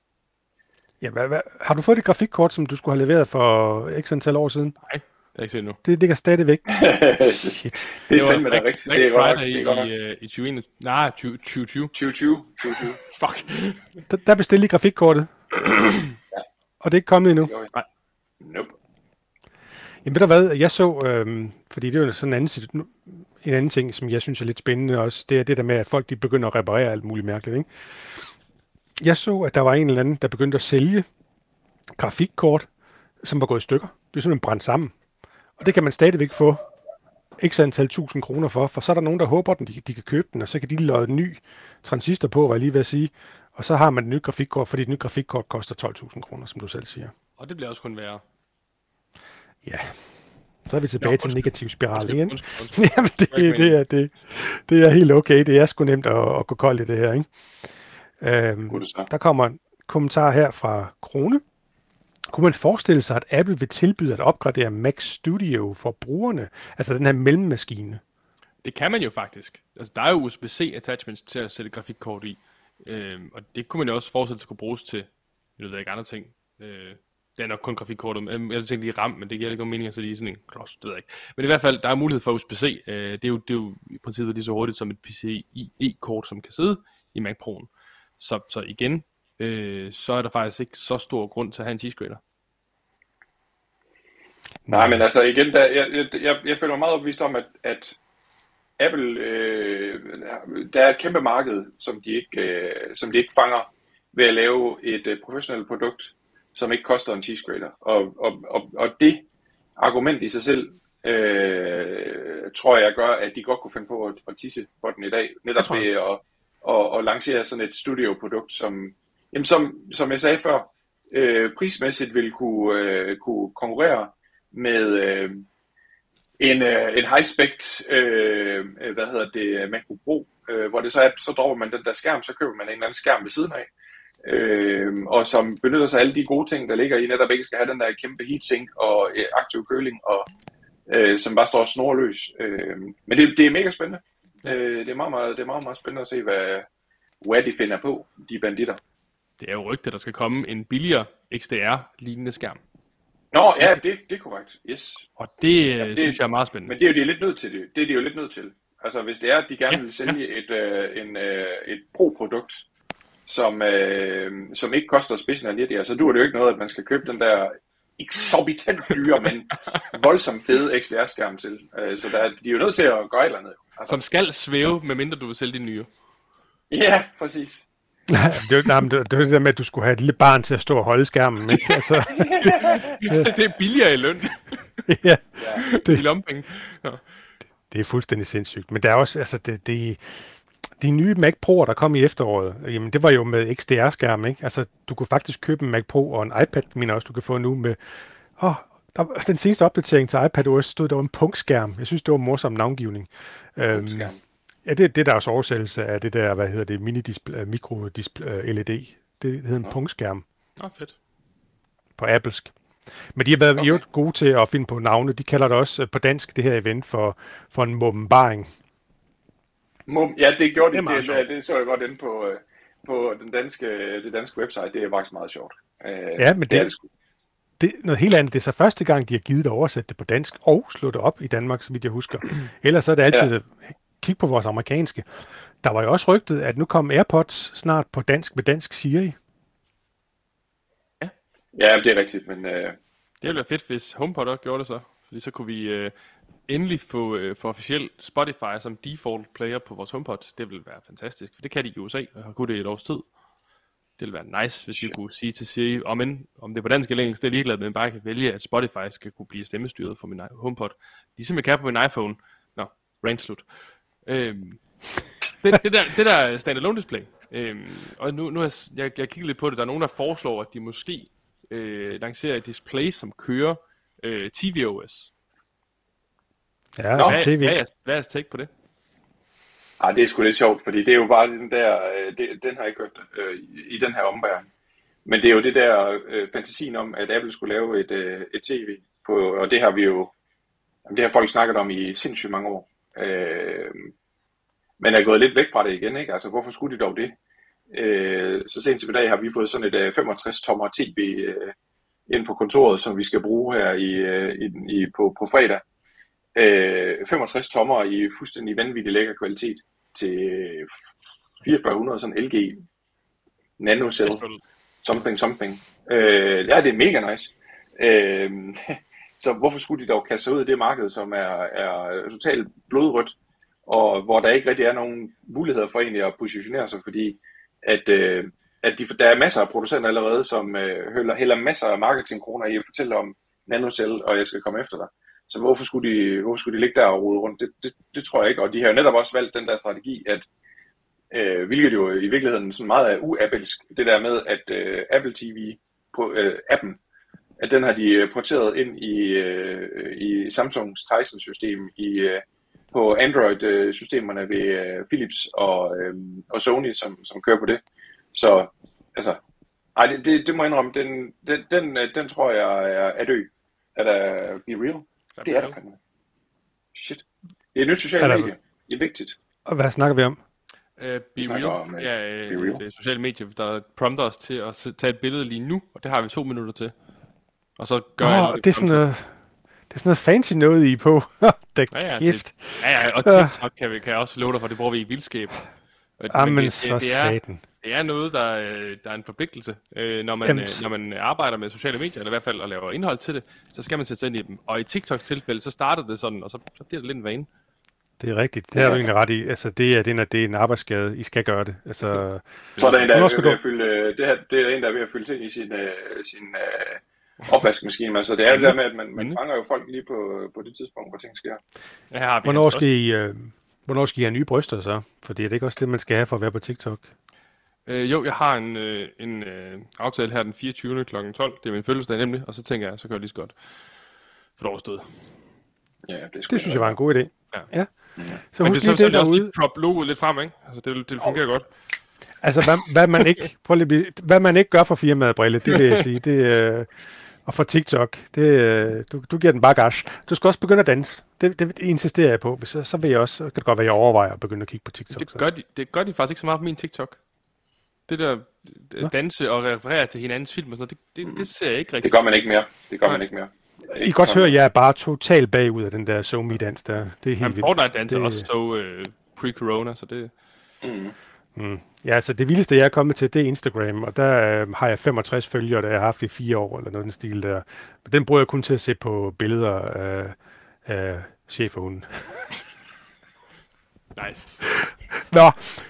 Ja, hvad, hvad, har du fået et grafikkort, som du skulle have leveret for x antal år siden? Nej, det er ikke set nu. Det ligger stadigvæk. Shit. Det er fandme da rigtigt. Black Friday i, i, i tyve tyve. Nej, tyve tyve. tyve tyve. Fuck. Der, der bestilte I grafikkortet. Ja. Og det er ikke kommet endnu. Nej. Nope. Jamen ved du hvad, jeg så, øhm, fordi det er jo sådan en anden, en anden ting, som jeg synes er lidt spændende også, det er det der med, at folk de begynder at reparere alt muligt mærkeligt, ikke? Jeg så, at der var en eller anden, der begyndte at sælge grafikkort, som var gået i stykker. Det er simpelthen brændt sammen. Og det kan man stadigvæk få x antal tusind kroner for, for så er der nogen, der håber, at de, de kan købe den, og så kan de lodde en ny transistor på, hvad jeg lige vil sige, og så har man et nyt grafikkort, fordi et nyt grafikkort koster tolv tusind kroner, som du selv siger. Og det bliver også kun værre. Ja, så er vi tilbage jo, til en negativ spiral igen. Jamen, det, det, er, det, det er helt okay. Det er sgu nemt at, at gå kold i det her, ikke? Øhm, der kommer en kommentar her fra Krone. Kunne man forestille sig, at Apple vil tilbyde at opgradere Mac Studio for brugerne? Altså den her mellemmaskine. Det kan man jo faktisk. Altså, der er jo U S B C attachments til at sætte grafikkort i. Øhm, og det kunne man jo også forestille sig at kunne bruges til, jeg ved ikke, andre ting. Øh, det er nok kun grafikkortet. Jeg tænkte lige RAM, men det giver ikke nogen mening at sætte i sådan en klods, det ved jeg ikke. Men i hvert fald, der er mulighed for U S B C. Øh, det, er jo, det er jo i princippet lige så hurtigt som et P C I E-kort, som kan sidde i Mac Pro'en. Så, så igen, øh, så er der faktisk ikke så stor grund til at have en cheese grater. Nej, men altså igen, der, jeg, jeg, jeg føler mig meget opvist om, at, at Apple, øh, der er et kæmpe marked, som de, ikke, øh, som de ikke fanger ved at lave et øh, professionelt produkt, som ikke koster en cheese grater. Og, og, og, og det argument i sig selv, øh, tror jeg gør, at de godt kunne finde på at, at tisse på den i dag, netop ved at Og, og lancere sådan et studioprodukt, som, jamen som, som jeg sagde før, øh, prismæssigt vil kunne, øh, kunne konkurrere med øh, en, øh, en high-spec, øh, hvad hedder det, MacBook Pro, øh, hvor det så er, så dropper man den der skærm, så køber man en eller anden skærm ved siden af, øh, og som benytter sig af alle de gode ting, der ligger i, netop ikke skal have den der kæmpe heatsink og øh, aktiv køling, og øh, som bare står snorløs. Øh, men det, det er mega spændende. Det er, meget, meget, det er meget, meget spændende at se, hvad, hvad de finder på, de banditter. Det er jo rygte, der skal komme en billigere X D R-lignende skærm. Nå, ja, det, det er korrekt. Yes. Og det, ja, det synes jeg er meget spændende. Men det er jo de lidt nødt til det. Det er de jo lidt nødt til. Altså, hvis det er, at de gerne ja, vil sælge ja. et, øh, en, øh, et pro-produkt, som, øh, som ikke koster spidsen af lidt, så duer det jo ikke noget, at man skal købe den der eksorbitant dyre, men voldsomt fede X D R-skærm til. Øh, så der, de er jo nødt til at gøre et eller andet. Altså. Som skal svæve, medmindre du vil sælge din nye. Ja, præcis. det, var, nej, det, var, det var det der med, at du skulle have et lille barn til at stå og holde skærmen, ikke? Altså, det, det er billigere i løn. ja, det, I lompenge. Ja. Det er fuldstændig sindssygt. Men der er også, altså, det, det, de nye Mac Pro'er, der kom i efteråret, jamen, det var jo med X D R-skærm, ikke? Altså, du kunne faktisk købe en Mac Pro og en iPad, mener også, du kan få nu med... Åh, der, den seneste opdatering til iPadOS stod der en punktskærm. Jeg synes, det var en morsom navngivning. Øhm, ja, det, det er deres oversættelse af det der, hvad hedder det, mini-display, mikro-display, L E D. Det hedder en ja. punktskærm. Åh, fedt. På applesk. Men de har været okay. jo gode til at finde på navne. De kalder det også på dansk, det her event, for, for en mumbaring. Mum, ja, det gjorde det. Det, det, det så jeg godt inde på, på den danske, det danske website. Det er faktisk meget sjovt. Ja, men det, det er det, det er noget helt andet. Det er så første gang, de har givet det at oversætte det på dansk og slå det op i Danmark, så vidt jeg husker. Ellers så er det altid ja. Kig på vores amerikanske. Der var jo også rygtet, at nu kom AirPods snart på dansk med dansk Siri. Ja, ja det er rigtigt, men... Øh... Det ville være fedt, hvis HomePod også gjorde det så. Fordi så kunne vi øh, endelig få, øh, få officielt Spotify som default player på vores HomePods. Det ville være fantastisk, for det kan de i U S A, og har kunnet det i et års tid. Det ville være nice, hvis vi kunne sige til Siri, om, end, om det er på dansk eller engelsk, det er ligeglad, men bare kan vælge, at Spotify skal kunne blive stemmestyret for min HomePod. Ligesom jeg kan på min iPhone. Nå, rant slut. Øhm, det, det, der, det der standalone display, øhm, og nu, nu har jeg, jeg kigget lidt på det, der er nogen, der foreslår, at de måske øh, lancerer et display, som kører øh, tvOS. Ja, hvad, T V. Hvad er, hvad er jeres take på det? Ah, det er sgu lidt sjovt, fordi det er jo bare den der, det, den har jeg ikke hørt øh, i den her ombæring. Men det er jo det der øh, fantasien om, at Apple skulle lave et, øh, et tv på, og det har vi jo, det har folk snakket om i sindssygt mange år. Øh, men er gået lidt væk fra det igen, ikke? Altså, hvorfor skulle de dog det? Øh, så sent til i dag har vi fået sådan et øh, femogtres tommer tv øh, ind på kontoret, som vi skal bruge her i, øh, i, i, på, på fredag. Øh, femogtres tommer i fuldstændig vanvittig lækker kvalitet til fireogfyrre hundrede, sådan L G nanocell something something. Øh, ja, det er mega nice. Øh, så hvorfor skulle de dog kaste sig ud i det marked, som er, er totalt blodrødt, og hvor der ikke rigtig er nogen muligheder for egentlig at positionere sig, fordi at, øh, at de, der er masser af producenter allerede, som øh, hælder, hælder masser af marketingkroner i at fortælle om nanocell, og jeg skal komme efter dig. Så hvorfor skulle de, hvorfor skulle de ligge der og rode rundt? Det, det, det tror jeg ikke, og de har jo netop også valgt den der strategi, at øh, hvilket jo i virkeligheden sådan meget er u-appelsk, det der med, at øh, Apple T V på øh, appen, at den har de porteret ind i, øh, i Samsungs Tizen-system i, øh, på Android-systemerne ved øh, Philips og, øh, og Sony, som, som kører på det. Så altså, ej, det, det, det må jeg indrømme, den, den, den, den tror jeg er, er død. Er der Be Real? Det er der fandme. Shit. Det er et nyt socialt medie. Det er vigtigt. Og hvad snakker vi om? Uh, Be Real. Om, uh, ja, uh, Be Real. Det er et socialt medie, der prompter os til at tage et billede lige nu, og det har vi to minutter til. Og så gør oh, jeg det. Det er sådan noget, det er sådan noget fancy noget i på. det er ja, ja, kæft. Det, ja, ja, og TikTok kan vi kan også love dig for, det bruger vi i vildskab. Jamen, det, det, det, er, det er noget, der, der er en forpligtelse, når man, når man arbejder med sociale medier, eller i hvert fald og laver indhold til det, så skal man sætte sig ind i dem. Og i TikToks tilfælde, så starter det sådan, og så, så bliver det lidt en vane. Det er rigtigt. Det har du egentlig ret i. Altså, det er, det er, det er en arbejdsskade. I skal gøre det. Altså, så er der en, der er ved at fylde, det, her, det er en, der er ved at fylde ting i sin, uh, sin uh, opvaskemaskine. Altså, det er jo det der med, at man, man fanger jo folk lige på, på det tidspunkt, hvor ting sker. Ja, hvornår, skal I, uh, hvornår skal I have nye bryster så? Fordi er det ikke også det, man skal have for at være på TikTok? Øh, jo, jeg har en, øh, en øh, aftale her den fireogtyvende klokken tolv. Det er min fødselsdag nemlig, og så tænker jeg, så gør jeg lige så godt for et overstået. Ja, det, det synes jeg var en god idé. Ja. ja. Mm. Så husk lige det, det også lige prop logoet lidt frem, ikke? Altså, det, det fungerer oh. godt. Altså, hvad, hvad, man ikke, prøv lige, hvad man ikke gør for firmaet, Brille, det vil jeg sige. Det, øh, og for TikTok, det, øh, du, du giver den bare gas. Du skal også begynde at danse. Det, det insisterer jeg på. Så, så vil jeg også, så kan det godt være, at jeg overvejer at begynde at kigge på TikTok. Det gør, de, det gør de faktisk ikke så meget på min TikTok. Det der Nå. danse og referere til hinandens film og sådan noget, det, det, det ser jeg ikke rigtigt. Det gør man ikke mere. Det gør Nej. man ikke mere. I kan godt høre, at jeg er bare totalt bagud af den der SoMe-dans der. Det er helt vildt. Fortnite-dans er også så uh, pre-corona, så det... Mm. Mm. Ja, altså det vildeste, jeg er kommet til, det er Instagram, og der øh, har jeg femogtres følgere, der jeg har haft i fire år, eller noget den stil der. Men den bruger jeg kun til at se på billeder af, af cheferhunden. Nice. Nå,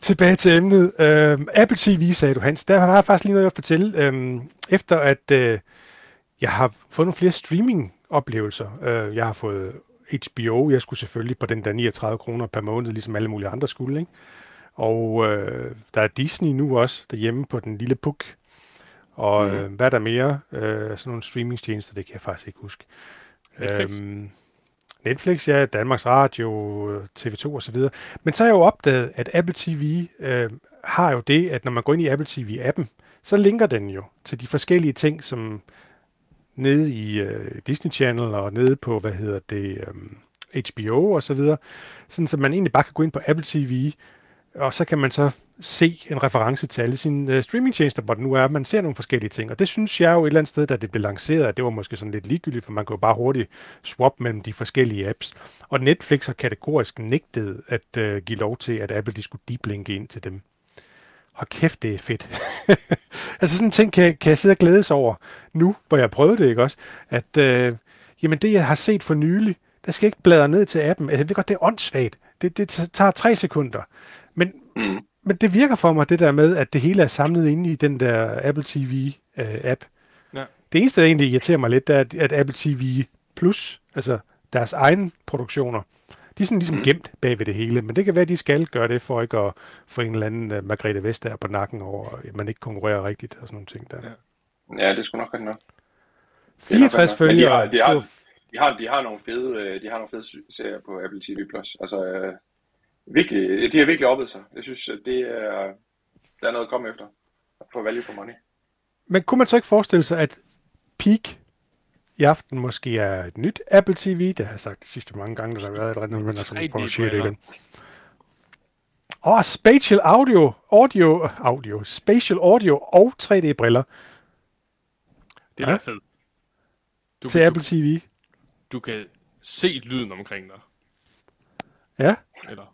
tilbage til emnet. Øh, Apple T V, sagde du, Hans. Der har jeg faktisk lige noget at fortælle. Øh, efter at øh, jeg har fået nogle flere streaming-oplevelser. Øh, jeg har fået H B O. Jeg skulle selvfølgelig på den der niogtredive kroner per måned, ligesom alle mulige andre skulle, ikke? Og øh, der er Disney nu også derhjemme på den lille puk. Og mm. øh, hvad er der mere? Øh, sådan nogle streamingtjenester, det kan jeg faktisk ikke huske. Netflix. Øhm, Netflix, ja, Danmarks Radio, T V to og så videre. Men så har jeg jo opdaget, at Apple T V øh, har jo det, at når man går ind i Apple T V-appen, så linker den jo til de forskellige ting, som nede i øh, Disney Channel og nede på, hvad hedder det, øh, H B O og så videre. Sådan, så man egentlig bare kan gå ind på Apple T V, og så kan man så se en reference til alle sine øh, streamingtjenester, hvor det nu er, at man ser nogle forskellige ting. Og det synes jeg jo et eller andet sted, da det blev lanceret, at det var måske sådan lidt ligegyldigt, for man kunne jo bare hurtigt swap mellem de forskellige apps. Og Netflix har kategorisk nægtet at øh, give lov til, at Apple de skulle deep linke ind til dem. Hold kæft, det er fedt. Altså sådan en ting kan, kan jeg sidde og glædes over nu, hvor jeg prøvede det, ikke også? At øh, jamen det, jeg har set for nylig, der skal ikke bladre ned til appen. Jeg ved godt, det er åndssvagt. Det, det tager tre sekunder. Men, mm. men det virker for mig, det der med, at det hele er samlet inde i den der Apple T V-app. Ja. Det eneste, der egentlig irriterer mig lidt, det er, at, at Apple T V Plus, altså deres egne produktioner, de er sådan ligesom mm. gemt bag ved det hele. Men det kan være, at de skal gøre det, for ikke at få en eller anden uh, Margrethe Vestager på nakken over, at man ikke konkurrerer rigtigt og sådan nogle ting der. Ja, ja det skulle nok være nok. fireogtres følgere. De, de, har, de, har, de har nogle fede, de har nogle fede serier på Apple T V Plus. Altså, øh, virkelig, de har virkelig oppet sig. Jeg synes, at det er, der er noget at komme efter. For value for money. Men kunne man så ikke forestille sig, at Peak i aften måske er et nyt Apple T V? Det har jeg sagt de sidste mange gange, der har været et eller andet, men altså prøver at sige det igen. Og oh, spatial audio, audio, audio, spatial audio og tre D-briller. Det er ja. fedt. Du, til du, Apple T V. Du kan se lyden omkring dig. Ja. Eller?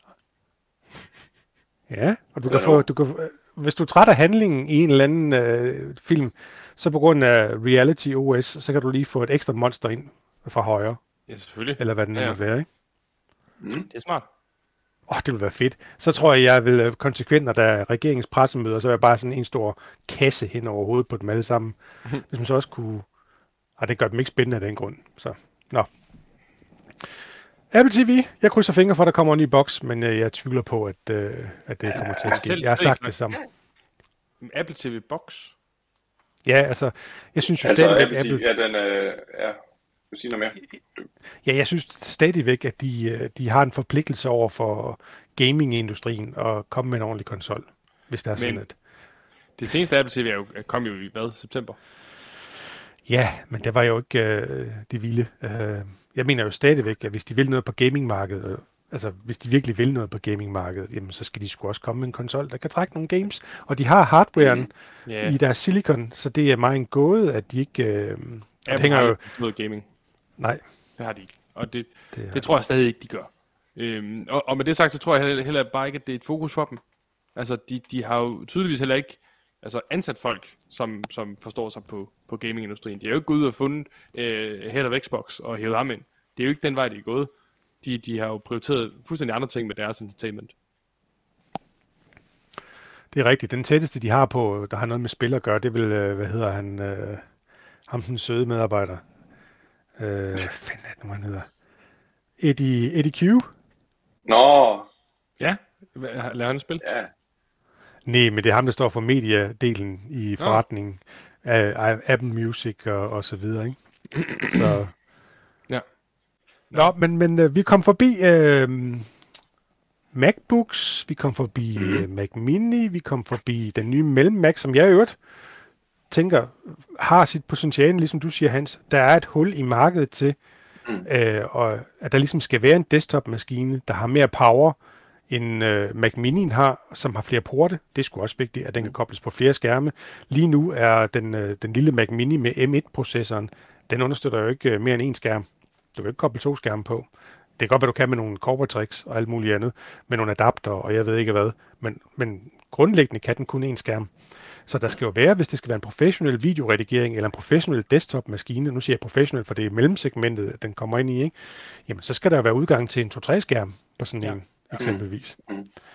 Ja, og du kan få, du kan, hvis du er træt af handlingen i en eller anden øh, film, så på grund af Reality O S, så kan du lige få et ekstra monster ind fra højre. Ja, selvfølgelig. Eller hvad den ja. måtte være, ikke? Mm. Det er smart. Åh, oh, det vil være fedt. Så tror jeg, jeg vil konsekvent, når der er regeringens pressemøder, så er jeg bare sådan en stor kasse hen over hovedet på dem alle sammen. Hvis man så også kunne... Ej, det gør dem ikke spændende af den grund. Så, nå. Apple T V, jeg krydser fingre for, at der kommer en ny boks, men øh, jeg tvivler på, at, øh, at det kommer til at ske. Jeg har sagt det samme. Apple T V Box? Ja, altså, jeg synes jo altså, stadigvæk... Apple T V, ja, den, øh, ja, vil sige noget mere. Ja, jeg synes stadigvæk, at de, de har en forpligtelse over for gamingindustrien at komme med en ordentlig konsol, hvis der er sådan et. Det seneste Apple T V er jo, kom jo i hvad? September? Ja, men det var jo ikke øh, det vilde. Øh, jeg mener jo stadigvæk, at hvis de vil noget på gamingmarkedet, altså hvis de virkelig vil noget på gamingmarkedet, jamen så skal de sgu også komme med en konsol, der kan trække nogle games. Og de har hardwaren mm. yeah. i deres silicon, så det er meget en gåde, at de ikke... Øh, Apple hænger jo noget gaming. Nej. Det har de ikke. Og det, det, det tror jeg stadig ikke, de gør. Øhm, og, og med det sagt, så tror jeg heller, heller bare ikke, at det er et fokus for dem. Altså, de, de har jo tydeligvis heller ikke altså, ansat folk, som, som forstår sig på, på gamingindustrien. De har jo ikke gået ud og fundet øh, head of Xbox og hævet ham ind. Det er jo ikke den vej, de er gået. De, de har jo prioriteret fuldstændig andre ting med deres entertainment. Det er rigtigt. Den tætteste, de har på, der har noget med spil at gøre, det vil, øh, hvad hedder han, øh, ham den søde medarbejder. Øh, hvad fanden er det nu, han hedder? Eddie, Eddie Q? Nå! Ja, lader han spil? Ja. Nej, men det er ham, der står for mediedelen i forretningen af Apple Music og, og så videre, ikke? Så... ja. Nå, men, men øh, vi kom forbi øh, MacBooks, vi kom forbi mm. øh, Mac Mini, vi kom forbi den nye mellem-Mac, som jeg i øvrigt tænker har sit potentiale, ligesom du siger, Hans. Der er et hul i markedet til, mm. øh, og at der ligesom skal være en desktop-maskine, der har mere power, end øh, Mac Mini'en har, som har flere porte. Det er sgu også vigtigt, at den kan kobles på flere skærme. Lige nu er den, øh, den lille Mac Mini med M et-processoren, den understøtter jo ikke øh, mere end en skærm. Du kan ikke koble to skærme på. Det kan godt være, du kan med nogle corporate tricks og alt muligt andet, med nogle adapter og jeg ved ikke hvad, men, men grundlæggende kan den kun én skærm. Så der skal jo være, hvis det skal være en professionel videoredigering eller en professionel desktop-maskine, nu siger jeg professionel, for det er mellemsegmentet, den kommer ind i, ikke? Jamen så skal der jo være udgang til en to tre skærm på sådan ja. en, eksempelvis. Mm.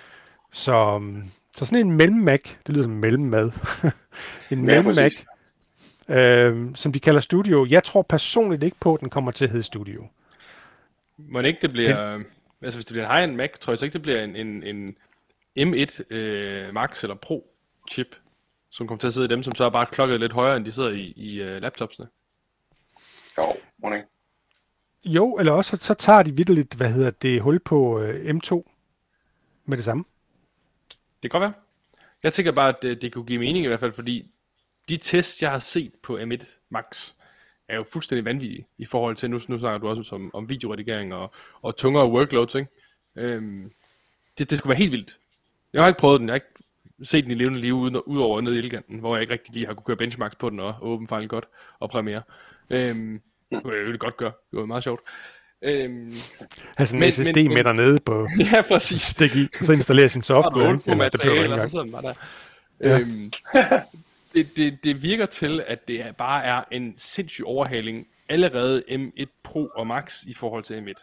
Så, så sådan en mellem-Mac, det lyder som mellemmad, en Ja, mellem-Mac, præcis. øh, som de kalder Studio. Jeg tror personligt ikke på, at den kommer til at hedde Studio. Må ikke det Det, bliver... Øh, altså, hvis det bliver en high-end Mac, tror jeg så ikke, det bliver en, en, en M et øh, Max eller Pro chip, som kommer til at sidde i dem, som så er bare klokket lidt højere, end de sidder i, i øh, laptopsene. Jo, må ikke. jo, eller også så, så tager de vitterligt, hvad hedder det, hul på øh, M to med det samme. Det kan godt være. Jeg tænker bare, at det, det kunne give mening i hvert fald, fordi de tests, jeg har set på M et Max, er jo fuldstændig vanvittige i forhold til, nu, nu snakker du også om, om videoredigering og, og tungere workloads, ikke? Øhm, det, det skulle være helt vildt. Jeg har ikke prøvet den, jeg har ikke set den i levende liv uden, udover nede i Elgiganten, hvor jeg ikke rigtig lige har kunne køre benchmarks på den og åbne fejl godt og Premiere. Øhm, det kunne jeg jo godt gøre, det var meget sjovt. Øhm, Altså en men- S S D men- med dernede på ja, præcis. stik i, og så installerer sin Så har du software. oven på Eller det behøver du materiale, ikke og så engang. sidder den bare der. Øhm, det, det, det virker til, at det er bare er en sindssyg overhaling allerede M et Pro og Max i forhold til M et.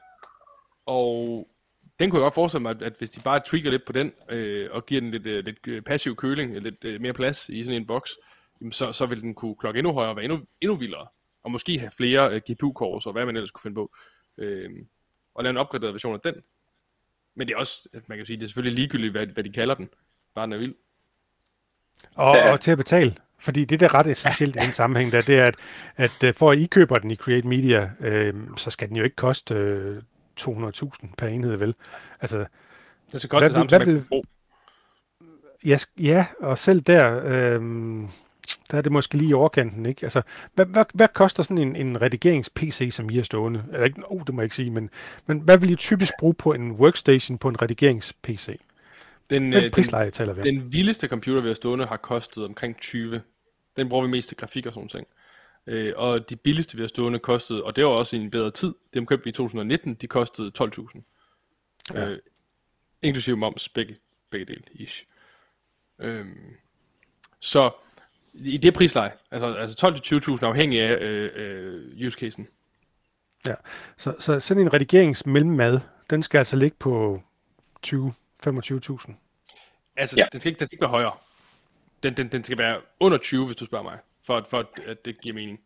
Og den kunne jeg godt forestille mig, at, at hvis de bare tweaker lidt på den, øh, og giver den lidt, øh, lidt øh, passiv køling, lidt øh, mere plads i sådan en boks, jamen så, så vil den kunne klokke endnu højere og være endnu, endnu vildere. Og måske have flere øh, G P U-cores og hvad man ellers kunne finde på. Øh, og lave en opgraderet version af den. Men det er også, man kan sige, det er selvfølgelig ligegyldigt, hvad, hvad de kalder den. Bare den er vild. Og, Ja. og til at betale. Fordi det, der er ret essentielt i den sammenhæng, der, det er, at, at øh, for at I køber den i Create Media, øh, så skal den jo ikke koste øh, to hundrede tusind per enhed, vel? Altså, Det skal koste Hvad det samme vil- som hvad man vil- kunne bruge. ja, sk- ja, og selv der, øh, der er det måske lige i overkanten, ikke? Altså, hvad, hvad, hvad koster sådan en, en redigerings-P C, som I har stående? Eller ikke, oh, det må jeg ikke sige, men, men hvad vil I typisk bruge på en workstation på en redigerings-P C? Den, Hvad øh, den, prisleje taler vi om? den vildeste computer, vi har stående, har kostet omkring tyve. Den bruger vi mest til grafik og sådan ting. Øh, og de billigste, vi har stående, kostede, og det var også i en bedre tid, dem købte vi i to tusind nitten, de kostede tolv tusind. Ja. Øh, inklusive moms, begge, begge dele, ish. Øhm, så i det prisleje, altså, altså tolv til tyve tusind afhængig af øh, øh, use casen. Ja. Så, så sådan en redigeringsmellemmad, den skal altså ligge på tyve til femogtyve tusind. Altså, Ja. ja. den, skal ikke, den skal ikke være højere. Den, den, den skal være under tyve, hvis du spørger mig, for, at- for at, at det giver mening.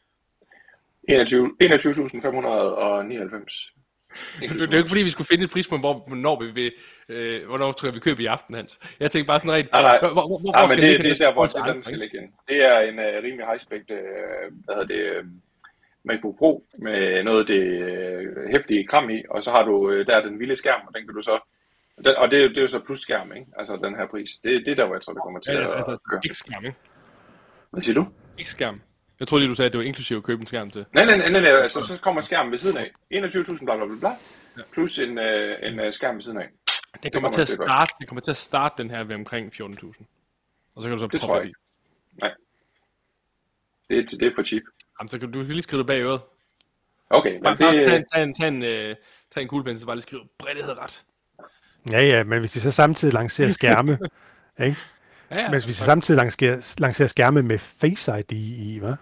enogtyve tusind fem hundrede nioghalvfems. Det, det er jo ikke fordi, vi skulle finde et prispunkt, hvor, hvornår vi vil, øh, hvornår tror jeg, vi køber i aften, Hans. Jeg tænker bare sådan rent, Nej, nej. hvor, hvor, hvor, hvor Ja, men skal det, ligge det er henne? der, hvor Til det, andre, den skal ikke? ligge ind. Det er en uh, rimelig high-spec, uh, hvad hedder det, uh, MacBook Pro med noget af det uh, hæftige kram i, og så har du uh, der den vilde skærm, og den kan du så, den, og det, er jo- det er jo så plus skærm, ikke? Altså den her pris. Det, det er der, hvor jeg tror, det kommer til Ja, at altså, altså køre. X-skærm, ikke? Hvad siger du? X-skærm. Jeg troede lige, du sagde, at det var inklusive at købe en skærm til. Nej, nej, nej, nej, nej, altså så kommer skærmen ved siden af. enogtyve tusind bla bla bla, bla, plus en, uh, en uh, skærm ved siden af. Det kommer, kommer til at til at gøre. starte, det kommer til at starte den her ved omkring fjorten tusind. Og så kan du så Det tror proppe jeg det i. Nej. Det, er- det er for cheap. Jamen, så kan du lige skrive det bag i øret. Okay, men Bare, bare det, tag en, tag en, tag en, øh, tag en kuglepen, så bare lige skrive breddighed ret. Ja, ja, men hvis vi så samtidig lancerer skærme, ikke? Ja, ja. Men hvis vi så samtidig lancerer, lancerer skærme med Face I D i, hvad?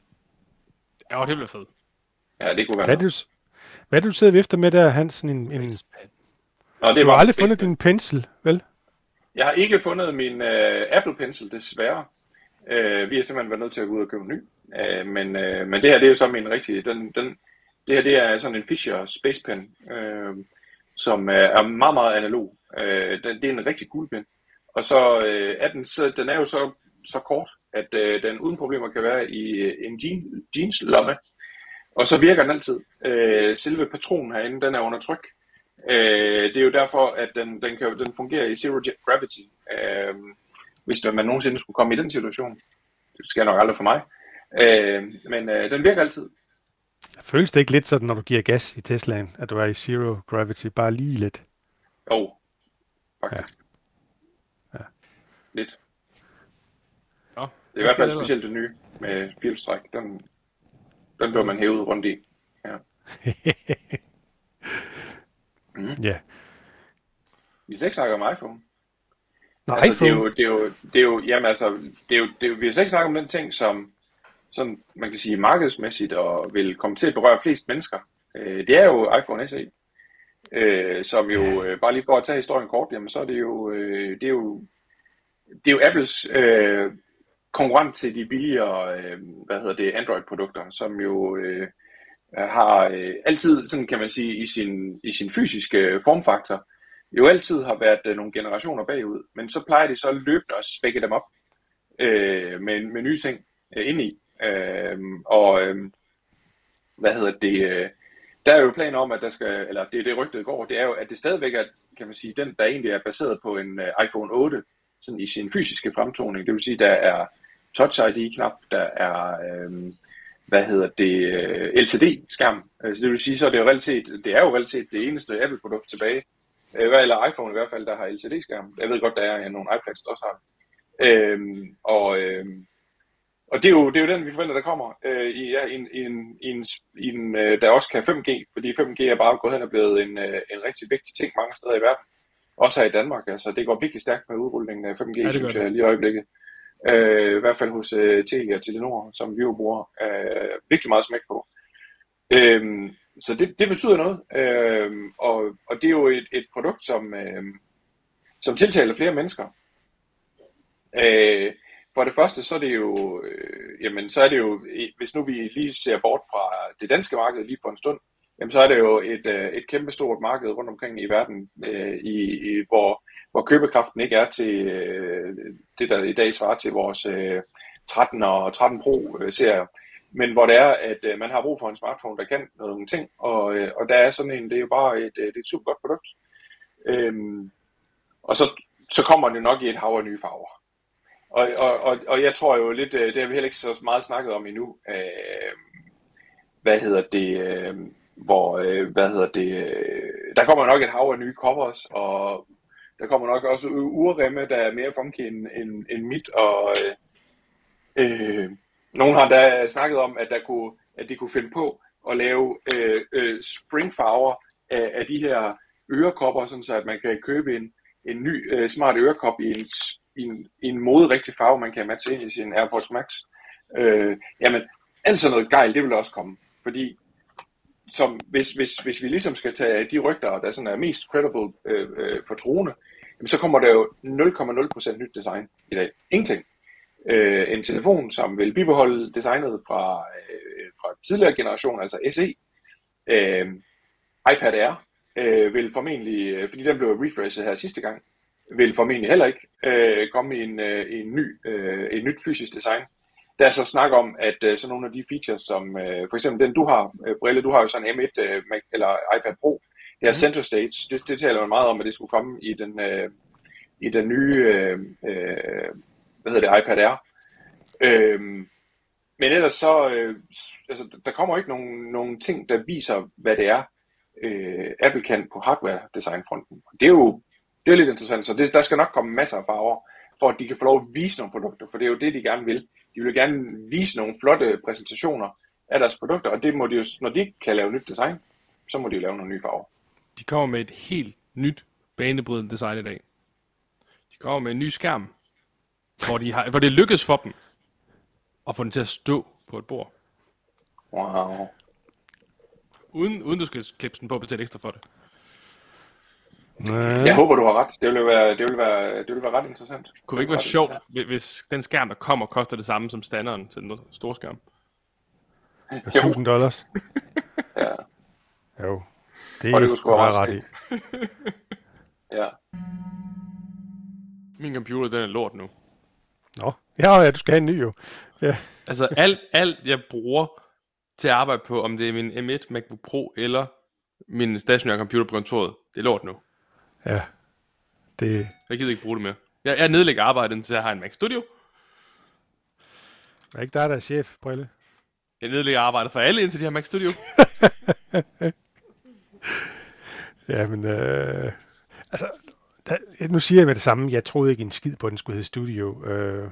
Ja, det bliver fedt. ja, det kunne være Hvad er det, du, hvad er det, du sidder og vifter med der, Hans? En, en, Nå, det du har var- aldrig fundet din pensel, vel? Jeg har ikke fundet min uh, Apple Pencil, desværre. Uh, vi har simpelthen været nødt til at gå ud og købe en ny. Uh, men, uh, men det her, det er jo så min rigtige. Den, den, det her, det er sådan en Fisher Space Pen, uh, som uh, er meget, meget analog. Uh, den, det er en rigtig cool pen. Og så uh, er den, så, den er jo så, så kort, at uh, den uden problemer kan være i uh, en jean, jeans lomme. Og så virker den altid. Uh, selve patronen herinde, den er under tryk. Øh, det er jo derfor, at den, den, kan, den fungerer i zero gravity. Øh, hvis man nogensinde skulle komme i den situation. Det sker nok aldrig for mig. Øh, men øh, den virker altid. Føles det ikke lidt sådan, når du giver gas i Teslaen, at du er i zero gravity, bare lige lidt? Jo, faktisk. Ja. Lidt. Ja, Det er i hvert fald specielt det nye med firehjulstræk. Den, den bliver man hævet rundt i. Ja. Ja. Vi skal ikke snakke om iPhone. Nå, Altså, iPhone. det er jo, det er jo, det er jo, jamen altså, det er jo, det er jo, vi skal ikke snakke om den ting, som, som man kan sige markedsmæssigt og vil komme til at berøre flest mennesker. Øh, det er jo iPhone S E. øh, som jo, øh, bare lige for at tage historien kort, jamen så er det jo, øh, det er jo, det er jo Apples øh, konkurrent til de billigere, øh, hvad hedder det, Android-produkter, som jo øh, har øh, altid, sådan kan man sige, i sin, i sin fysiske formfaktor, jo altid har været øh, nogle generationer bagud, men så plejer de så løbende at spække dem op øh, med, med nye ting øh, ind i. Øh, og øh, hvad hedder det, øh, der er jo planer om, at der skal, eller det er det rygtet går, det er jo, at det stadigvæk er, kan man sige, den, der egentlig er baseret på en uh, iPhone otte, sådan i sin fysiske fremtoning. Det vil sige, der er Touch I D-knap, der er, øhm, hvad hedder det, L C D-skærm. Altså, det vil sige, så er det jo realitet, det er jo realitet det eneste Apple-produkt tilbage, eller iPhone i hvert fald, der har L C D-skærm. Jeg ved godt, der er nogle iPads, der også har det. Øhm, og, øhm, og det er, jo, det er jo den, vi forventer, der kommer øh, i, ja, en, en, en, en, øh, der også kan fem G, fordi fem G er bare gået hen og blevet en, øh, en rigtig vigtig ting mange steder i verden. Også her i Danmark, altså det går virkelig stærkt med udrulningen af fem G, ja, synes jeg, lige i øjeblikket. Øh, I hvert fald hos øh, Telia og Telenor, som vi jo bruger øh, virkelig meget smæk på. Øh, så det, det betyder noget, øh, og, og det er jo et, et produkt, som, øh, som tiltaler flere mennesker. Øh, For det første, så er det jo, øh, jamen, så er det jo, hvis nu vi lige ser bort fra det danske marked lige på en stund, jamen, så er det jo et, øh, et kæmpestort marked rundt omkring i verden, øh, i, i, hvor, hvor købekraften ikke er til øh, det, der i dag svarer til vores øh, tretten og tretten Pro øh, serier, men hvor det er, at øh, man har brug for en smartphone, der kan nogle ting, og, øh, og der er sådan en, det er jo bare et, det er et super godt produkt. Øhm, og så, så kommer det nok i et hav af nye farver. Og, og, og, og jeg tror jo lidt, det har vi heller ikke så meget snakket om endnu, øh, hvad hedder det, øh, hvor, øh, hvad hedder det, øh, der kommer nok et hav af nye covers, og der kommer nok også urremme, der er mere funky end, end, end mit, og øh, nogen har da snakket om, at, der kunne, at de kunne finde på at lave øh, øh, springfarver af, af de her ørekopper, sådan så at man kan købe en, en ny øh, smart ørekop i en i en, i en moderigtig farve, man kan matche ind i sin AirPods Max. Øh, jamen, alt sådan noget gejl, det vil også komme. Fordi, som, hvis, hvis, hvis vi ligesom skal tage de rygter, der sådan er mest credible øh, øh, for troende, jamen, så kommer der jo nul komma nul procent nyt design i dag. Ingenting. Øh, en telefon, som vil bibeholde designet fra, øh, fra tidligere generation, altså S E. Øh, iPad Air øh, vil formentlig, fordi den blev refreshet her sidste gang, vil formentlig heller ikke øh, komme i en, øh, en ny, øh, et nyt fysisk design. Der er så snak om, at øh, sådan nogle af de features, som øh, for eksempel den du har, øh, Brille, du har jo sådan en M et øh, Mac, eller iPad Pro, det er mm. Center Stage, det, det taler man meget om, at det skulle komme i den, øh, i den nye, øh, øh, hvad hedder det, iPad Air. Øh, men ellers så, øh, altså, der kommer ikke nogen, nogen ting, der viser, hvad det er, øh, Apple kan på hardware-design-fronten. Det er jo Det er lidt interessant, så det, der skal nok komme masser af farver, for at de kan få lov at vise nogle produkter, for det er jo det, de gerne vil. De vil gerne vise nogle flotte præsentationer af deres produkter, og det må de jo, når de ikke kan lave nyt design, så må de jo lave nogle nye farver. De kommer med et helt nyt banebrydende design i dag. De kommer med en ny skærm, hvor, de har, hvor det lykkes for dem at få den til at stå på et bord. Wow. Uden, uden du skal klippe den på og betale ekstra for det. Nej. Jeg håber, du har ret. Det ville være, det ville være, det ville være ret interessant. Kunne det ikke være sjovt, hvis den skærm, der kommer, koster det samme som standarden til den store skærm? tusind dollars. Ja. Jo. Det og det kunne sgu være ret i. Ja. Min computer, den er lort nu. Nå. Ja, ja, du skal have en ny jo. Ja. Altså alt, alt jeg bruger til at arbejde på, om det er min M et MacBook Pro eller min stationære computer på kontoret, det er lort nu. Ja. Det... Jeg gider ikke bruge det mere. Jeg, jeg nedlægger arbejdet, indtil jeg har en Mac Studio. Er ikke dig, der er chef, Brille? Jeg nedlægger arbejdet for alle, indtil de har Mac Studio. Ja, men... Øh... Altså, der... nu siger jeg med det samme. Jeg troede ikke en skid på, at den skulle hedde Studio. Øh...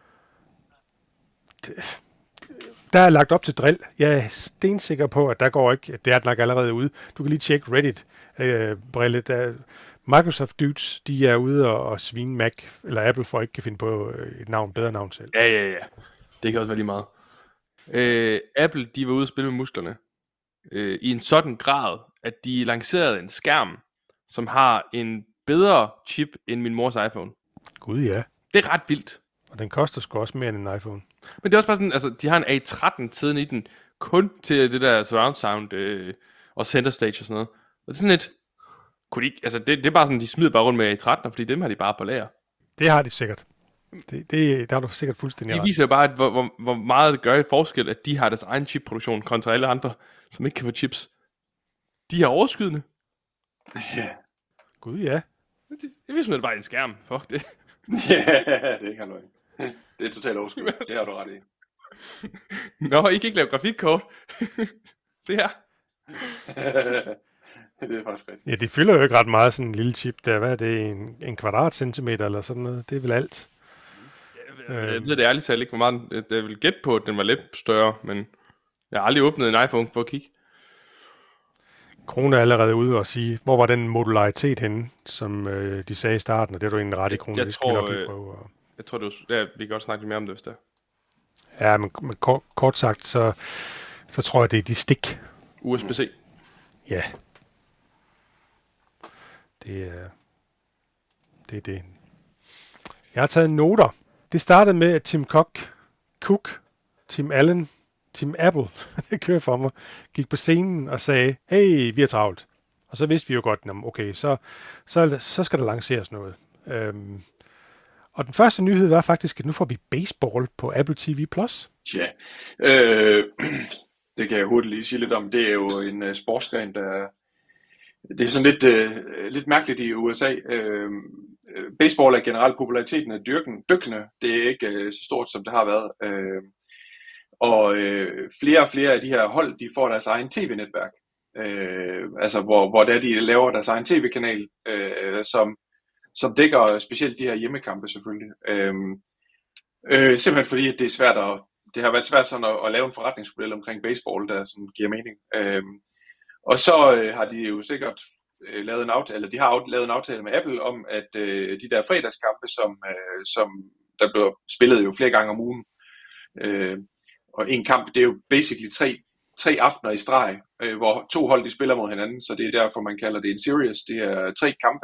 Det... Der er lagt op til drill. Jeg er stensikker på, at der går ikke. Det er nok allerede ude. Du kan lige tjekke Reddit, øh, Brille. Der, Microsoft dudes, de er ude og, og svine Mac, eller Apple, for ikke kan finde på et navn, bedre navn selv. Ja, ja, ja. Det kan også være lige meget. Øh, Apple, de var ude at spille med musklerne. Øh, I en sådan grad, at de lancerede en skærm, som har en bedre chip end min mors iPhone. Gud ja. Det er ret vildt. Og den koster sgu også mere end en iPhone. Men det er også bare sådan, altså, de har en A tretten siden i den, kun til det der surround sound øh, og center stage og sådan noget. Og det er sådan lidt, kunne de ikke, altså, det, det er bare sådan, de smider bare rundt med A tretten, fordi dem har de bare på lager. Det har de sikkert. Det, det, der har du sikkert fuldstændig De ret. viser jo bare, at, hvor, hvor, hvor meget det gør et forskel, at de har deres egen chipproduktion kontra alle andre, som ikke kan få chips. De er overskydende. Ja. Gud ja. Det, det viser man bare i en skærm. Fuck det. Ja, det er ikke noget. Det er totalt overskud. Det har du ret i. Nå, I kan ikke lave grafikkort. Se her. Det er faktisk rigtigt. Ja, det fylder jo ikke ret meget, sådan en lille chip der. Hvad er det? En, en kvadratcentimeter eller sådan noget? Det er vel alt. Jeg, jeg ved det ærligt talt ikke, hvor meget. Jeg vil gætte på, at den var lidt større, men jeg har aldrig åbnet en iPhone for at kigge. Krone er allerede ude og sige, hvor var den modularitet henne, som øh, de sagde i starten, og det er du egentlig ret i, Krone. Jeg, jeg tror, vi øh, prøve at... jeg tror, det var, ja, vi kan godt snakke lidt mere om det, hvis det er. Ja, men, men kort, kort sagt, så, så tror jeg, det er de stik. U S B C. Ja. Det er det. Er det. Jeg har taget noter. Det startede med, at Tim Cook, Cook, Tim Allen, Tim Apple, det kører for mig, gik på scenen og sagde, hey, vi er travlt. Og så vidste vi jo godt, okay, så, så, så skal der lanceres noget. Øhm, og den første nyhed var faktisk, at nu får vi baseball på Apple T V plus. Ja, øh, det kan jeg hurtigt lige sige lidt om. Det er jo en uh, sportsgren, der det er sådan lidt, uh, lidt mærkeligt i U S A. Uh, baseball er generelt populariteten af dyrken, dykkende. Det er ikke uh, så stort, som det har været. Uh, og uh, flere og flere af de her hold, de får deres egen tv-netværk. Uh, altså hvor, hvor der de laver deres egen tv-kanal, uh, som, som dækker specielt de her hjemmekampe selvfølgelig. Uh, uh, simpelthen fordi, at det er svært at det har været svært sådan at, at lave en forretningsmodel omkring baseball, der sådan giver mening. Øhm, og så øh, har de jo sikkert øh, lavet en aftale, eller de har af, lavet en aftale med Apple om, at øh, de der fredagskampe, som, øh, som der bliver spillet jo flere gange om ugen, øh, og en kamp, det er jo basically tre, tre aftener i streg, øh, hvor to hold de spiller mod hinanden, så det er derfor, man kalder det en series. Det er tre kampe,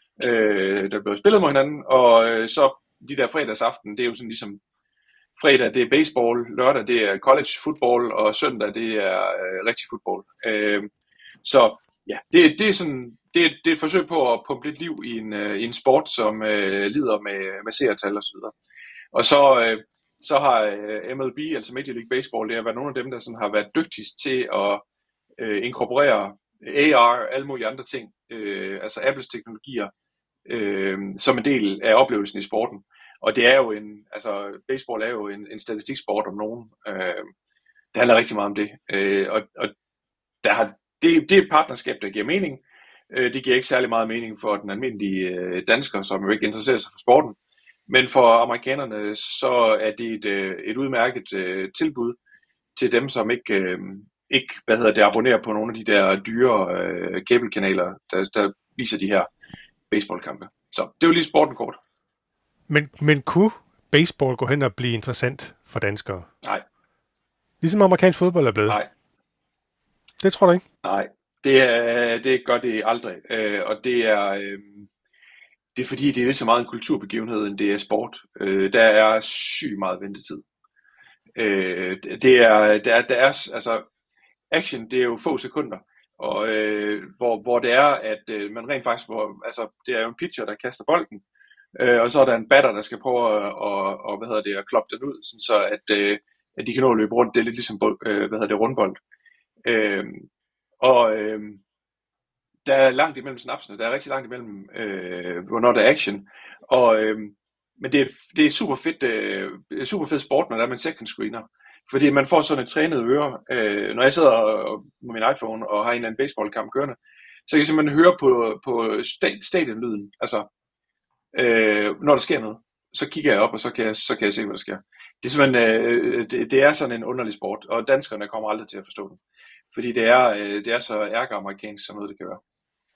øh, der bliver spillet mod hinanden, og øh, så de der fredagsaften, det er jo sådan ligesom fredag, det er baseball, lørdag, det er college football, og søndag, det er øh, rigtig fodbold. Øh, så ja, det, det er sådan, det, det er et forsøg på at pumpe lidt liv i en, øh, i en sport, som øh, lider med, med seertal og så videre. Og så, øh, så har øh, M L B, altså Major League Baseball, det har været nogle af dem, der sådan har været dygtigst til at øh, inkorporere A R og alle mulige andre ting, øh, altså Apples teknologier, øh, som en del af oplevelsen i sporten. Og det er jo en, altså baseball er jo en, en statistiksport om nogen. Øh, det handler rigtig meget om det. Øh, og og der har, det, det er et partnerskab, der giver mening. Øh, det giver ikke særlig meget mening for den almindelige øh, dansker, som jo ikke interesserer sig for sporten. Men for amerikanerne, så er det et, øh, et udmærket øh, tilbud til dem, som ikke, øh, ikke hvad hedder det, abonnerer på nogle af de der dyre øh, kabelkanaler, der, der viser de her baseballkampe. Så det er jo lige sporten kort. Men, men kunne baseball gå hen og blive interessant for danskere? Nej. Ligesom amerikansk fodbold er blevet? Nej. Det tror du ikke? Nej, det, er, det gør det aldrig. Øh, og det er, øh, det er fordi, det er lige så meget en kulturbegivenhed, end det er sport. Øh, der er sygt meget ventetid. Øh, det er, der, der er, altså, action, det er jo få sekunder. Og øh, hvor, hvor det er, at øh, man rent faktisk, hvor, altså, det er jo en pitcher, der kaster bolden. Øh, og så er der en batter, der skal prøve at, og, og, hvad hedder det, at kloppe den ud, sådan så at, øh, at de kan nå at løbe rundt. Det er lidt ligesom øh, hvad hedder det, rundbold. Øh, og øh, der er langt imellem snapsene, der er rigtig langt imellem, øh, hvornår der er action. Og, øh, men det er, det er super fedt, øh, super fed sport, når der er man second screener. Fordi man får sådan et trænet øre. Øh, når jeg sidder og, med min iPhone og har en eller anden baseballkamp kørende, så kan jeg simpelthen høre på, på stadionlyden. Altså, Øh, når der sker noget, så kigger jeg op, og så kan jeg, så kan jeg se, hvad der sker. Det er simpelthen, øh, det, det er sådan en underlig sport, og danskerne kommer aldrig til at forstå det. Fordi det er, øh, det er så ærkeamerikansk, som noget det kan være.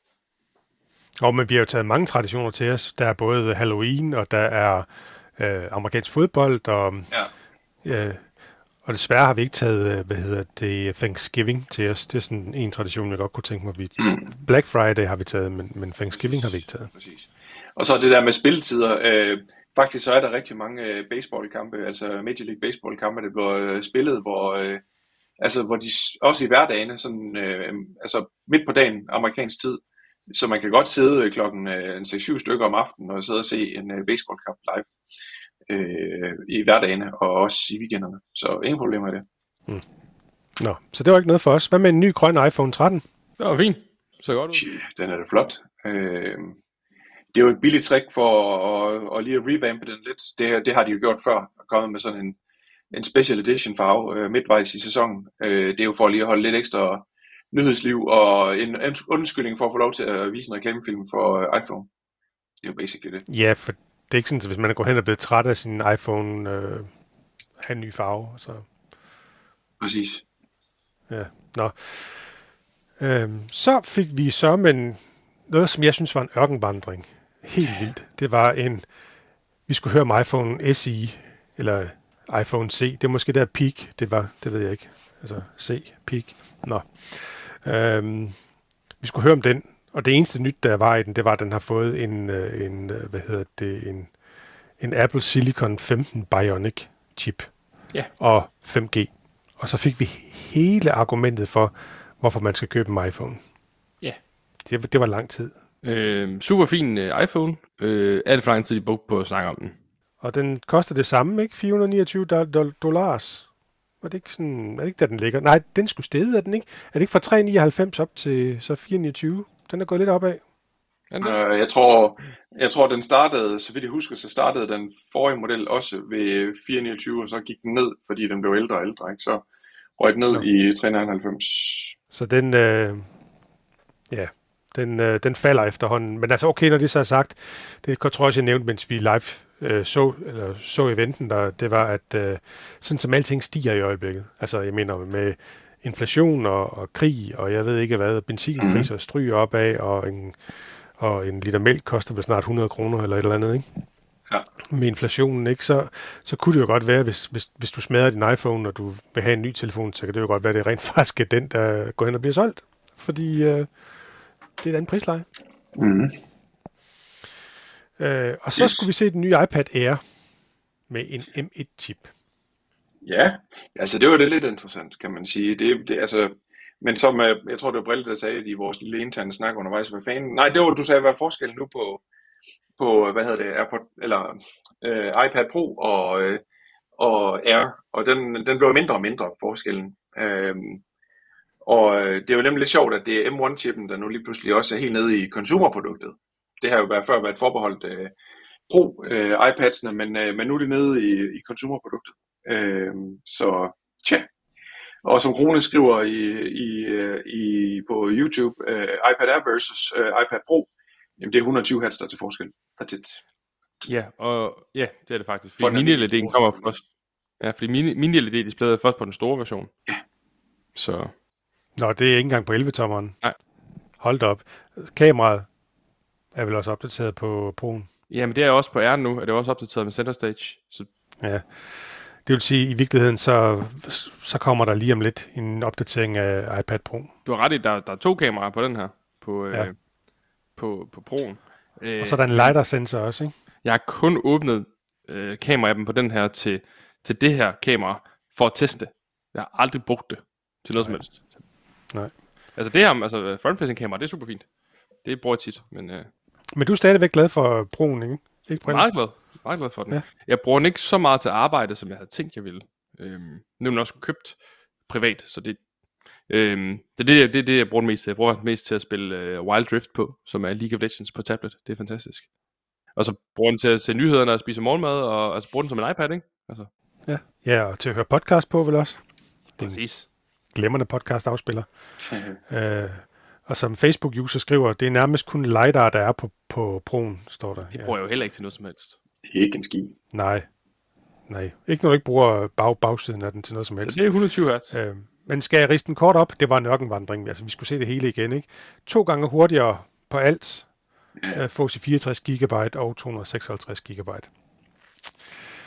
Og men vi har jo taget mange traditioner til os. Der er både Halloween, og der er øh, amerikansk fodbold, og, Ja. øh, Og desværre har vi ikke taget, hvad hedder det, Thanksgiving til os. Det er sådan en tradition, jeg godt kunne tænke mig. Vi... Mm. Black Friday har vi taget, men, men Thanksgiving har vi ikke taget. Præcis. Og så det der med spilletider. Øh, faktisk så er der rigtig mange øh, baseballkampe, altså Major League Baseball-kampe, der bliver øh, spillet, hvor, øh, altså, hvor de også i hverdagene, sådan, øh, altså midt på dagen, amerikansk tid, så man kan godt sidde klokken øh, seks syv stykker om aftenen og sidde og se en øh, baseballkamp live øh, i hverdagene og også i weekenderne. Så ingen problemer med det. Mm. Nå, så det var ikke noget for os. Hvad med en ny grøn iPhone tretten? Det var fint. Så godt ud. Yeah, den er da flot. Øh, det er jo et billigt trick for at, at lige at revampe den lidt. Det, det har de jo gjort før, at komme med sådan en, en special edition farve øh, midtvejs i sæsonen. Øh, det er jo for lige at holde lidt ekstra nyhedsliv og en, en undskyldning for at få lov til at vise en reklamefilm for øh, iPhone. Det er jo basically det. Ja, for det er ikke sådan, at hvis man går hen og bliver træt af sin iPhone, øh, have en ny farve. Så. Præcis. Ja, nå. Øhm, så fik vi så men noget, som jeg synes var en ørkenvandring. Helt vildt. Det var en, vi skulle høre om iPhone S E, eller iPhone C. Det er måske der peak, det var, det ved jeg ikke. Altså C, peak. Nå. Øhm, vi skulle høre om den, og det eneste nyt, der var i den, det var, at den har fået en, en hvad hedder det, en, en Apple Silicon femten Bionic chip. Ja. Og fem G. Og så fik vi hele argumentet for, hvorfor man skal købe en iPhone. Ja. Det, det var lang tid. Øh, super fin uh, iPhone. Øh, alt for lang tid, de brugte på at snakke om den. Og den koster det samme, ikke? fire hundrede og niogtyve dollars. Var det ikke sådan... Er det ikke, der den ligger? Nej, den skulle stede, er den ikke? Er det ikke fra tre hundrede og nioghalvfems op til så fire hundrede og niogtyve? Den er gået lidt opad. Øh, jeg tror, jeg tror, den startede, så vidt jeg husker, så startede den forrige model også ved fire hundrede og niogtyve, og så gik den ned, fordi den blev ældre og ældre, ikke? Så røg den ned ja. i tre hundrede og halvfems. Så den... Øh, ja... Den, øh, den falder efterhånden. Men altså okay, når det så er sagt, det tror jeg også, jeg nævnte, mens vi live øh, så, eller så eventen, der, det var, at øh, sådan som alting stiger i øjeblikket. Altså jeg mener med inflation og, og krig, og jeg ved ikke hvad, benzinpriser mm. stryger opad, og en, og en liter mælk koster vel snart hundrede kroner eller et eller andet, ikke? Ja. Med inflationen, ikke? Så, så kunne det jo godt være, hvis, hvis, hvis du smadrer din iPhone, og du vil have en ny telefon, så kan det jo godt være, at det rent faktisk er den, der går hen og bliver solgt. Fordi... Øh, det er et andet prisleje. Mm. Øh, og så yes. skulle vi se den nye iPad Air med en M et chip. Ja, altså det var det lidt interessant, kan man sige. Det, det, altså, men som jeg tror, det var Brille, der sagde i vores lille interne snak undervejs, hvad fanden... Nej, det var, du sagde, hvad er forskellen nu på, på hvad hedder det, AirPod, eller øh, iPad Pro og, øh, og Air, og den, den blev mindre og mindre forskellen. Øh, Og det er jo nemlig lidt sjovt, at det er M et-chippen, der nu lige pludselig også er helt nede i consumerproduktet. Det har jo været, før været forbeholdt uh, Pro-iPadsene, uh, men, uh, men nu er det nede i, i consumerproduktet. Uh, så tja. Og som Krone skriver i, i, uh, i, på YouTube, uh, iPad Air versus uh, iPad Pro, jamen det er et hundrede og tyve hertz, der til forskel. That's it. Ja, og ja, det er det faktisk. Fordi mini-L E D'en kommer først. Ja, fordi mini-L E D-displayet er først på den store version. Ja. Så... Nå, det er ikke engang på elleve-tommeren. Nej. Hold da op. Kameraet er vel også opdateret på Pro'en? Jamen, det er også på R'en nu, og det er også opdateret med Center Stage. Så... Ja. Det vil sige, at i virkeligheden, så, så kommer der lige om lidt en opdatering af iPad Pro. Du har ret i, der, der er to kameraer på den her, på, ja. øh, på, på Pro'en. Og så er der en LiDAR-sensor også, ikke? Jeg har kun åbnet øh, kameraen på den her til, til det her kamera for at teste. Jeg har aldrig brugt det til noget Nej. som helst. Nej. Altså det her, altså front-facing kamera, det er super fint. Det bruger jeg tit, men... Øh... Men du er stadigvæk glad for Pro'en, ikke? Ikke på meget glad. Meget glad for den. Ja. Jeg bruger den ikke så meget til arbejde, som jeg havde tænkt, jeg ville. Øhm, nu er den også købt privat, så det, øhm, det, det, det, det, det jeg bruger den mest til. Jeg bruger den mest til at spille øh, Wild Rift på, som er League of Legends på tablet. Det er fantastisk. Og så bruger den til at se nyhederne og spise morgenmad, og altså bruger den som en iPad, ikke? Altså. Ja. Ja, og til at høre podcast på vel også. Præcis. Glemrende podcast afspiller. øh, og som Facebook-user skriver, det er nærmest kun LiDAR, der er på, på Pro'en, står der. Det bruger jeg jo heller ikke til noget som helst. Ikke en ski. Nej. Nej. Ikke når du ikke bruger bag, bagsiden af den til noget som helst. Så det er et hundrede og tyve hertz. Øh, men skal jeg riste den kort op? Det var en ørkenvandring. Altså, vi skulle se det hele igen, ikke? To gange hurtigere på alt. Ja. Øh, fås i fireogtres gigabyte og to hundrede og seksoghalvtreds gigabyte.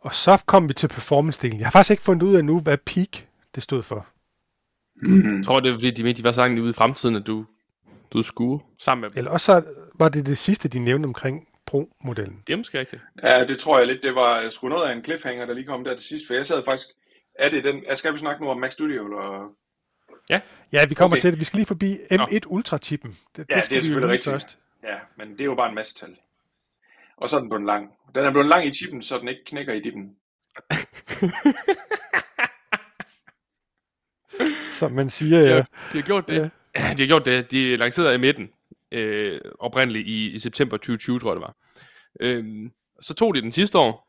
Og så kom vi til performance-delen. Jeg har faktisk ikke fundet ud af nu, hvad peak det stod for. Mm-hmm. Jeg tror, det er fordi, de mente, de var så langt ude i fremtiden, at du, du skulle sammen med dem. Eller også var det det sidste, de nævnte omkring Pro-modellen. Det er måske rigtigt. Ja, det tror jeg lidt. Det var sgu noget af en cliffhanger, der lige kom der til sidst. For jeg sad faktisk... Er det den... Skal vi snakke nu om Mac Studio, eller... Ja. Ja, vi kommer okay til det. Vi skal lige forbi M et Ultra-chippen. Det, ja, det, det er selvfølgelig rigtigt. Først. Ja, men det er jo bare en masse tal. Og så er den blevet lang. Den er blevet lang i chippen, så den ikke knækker i dippen. Som man siger, ja. De har gjort det. Ja. De har gjort det. De lancerede M et'en øh, oprindeligt i, i september tyve tyve, tror jeg det var. Øhm, så tog de den sidste år,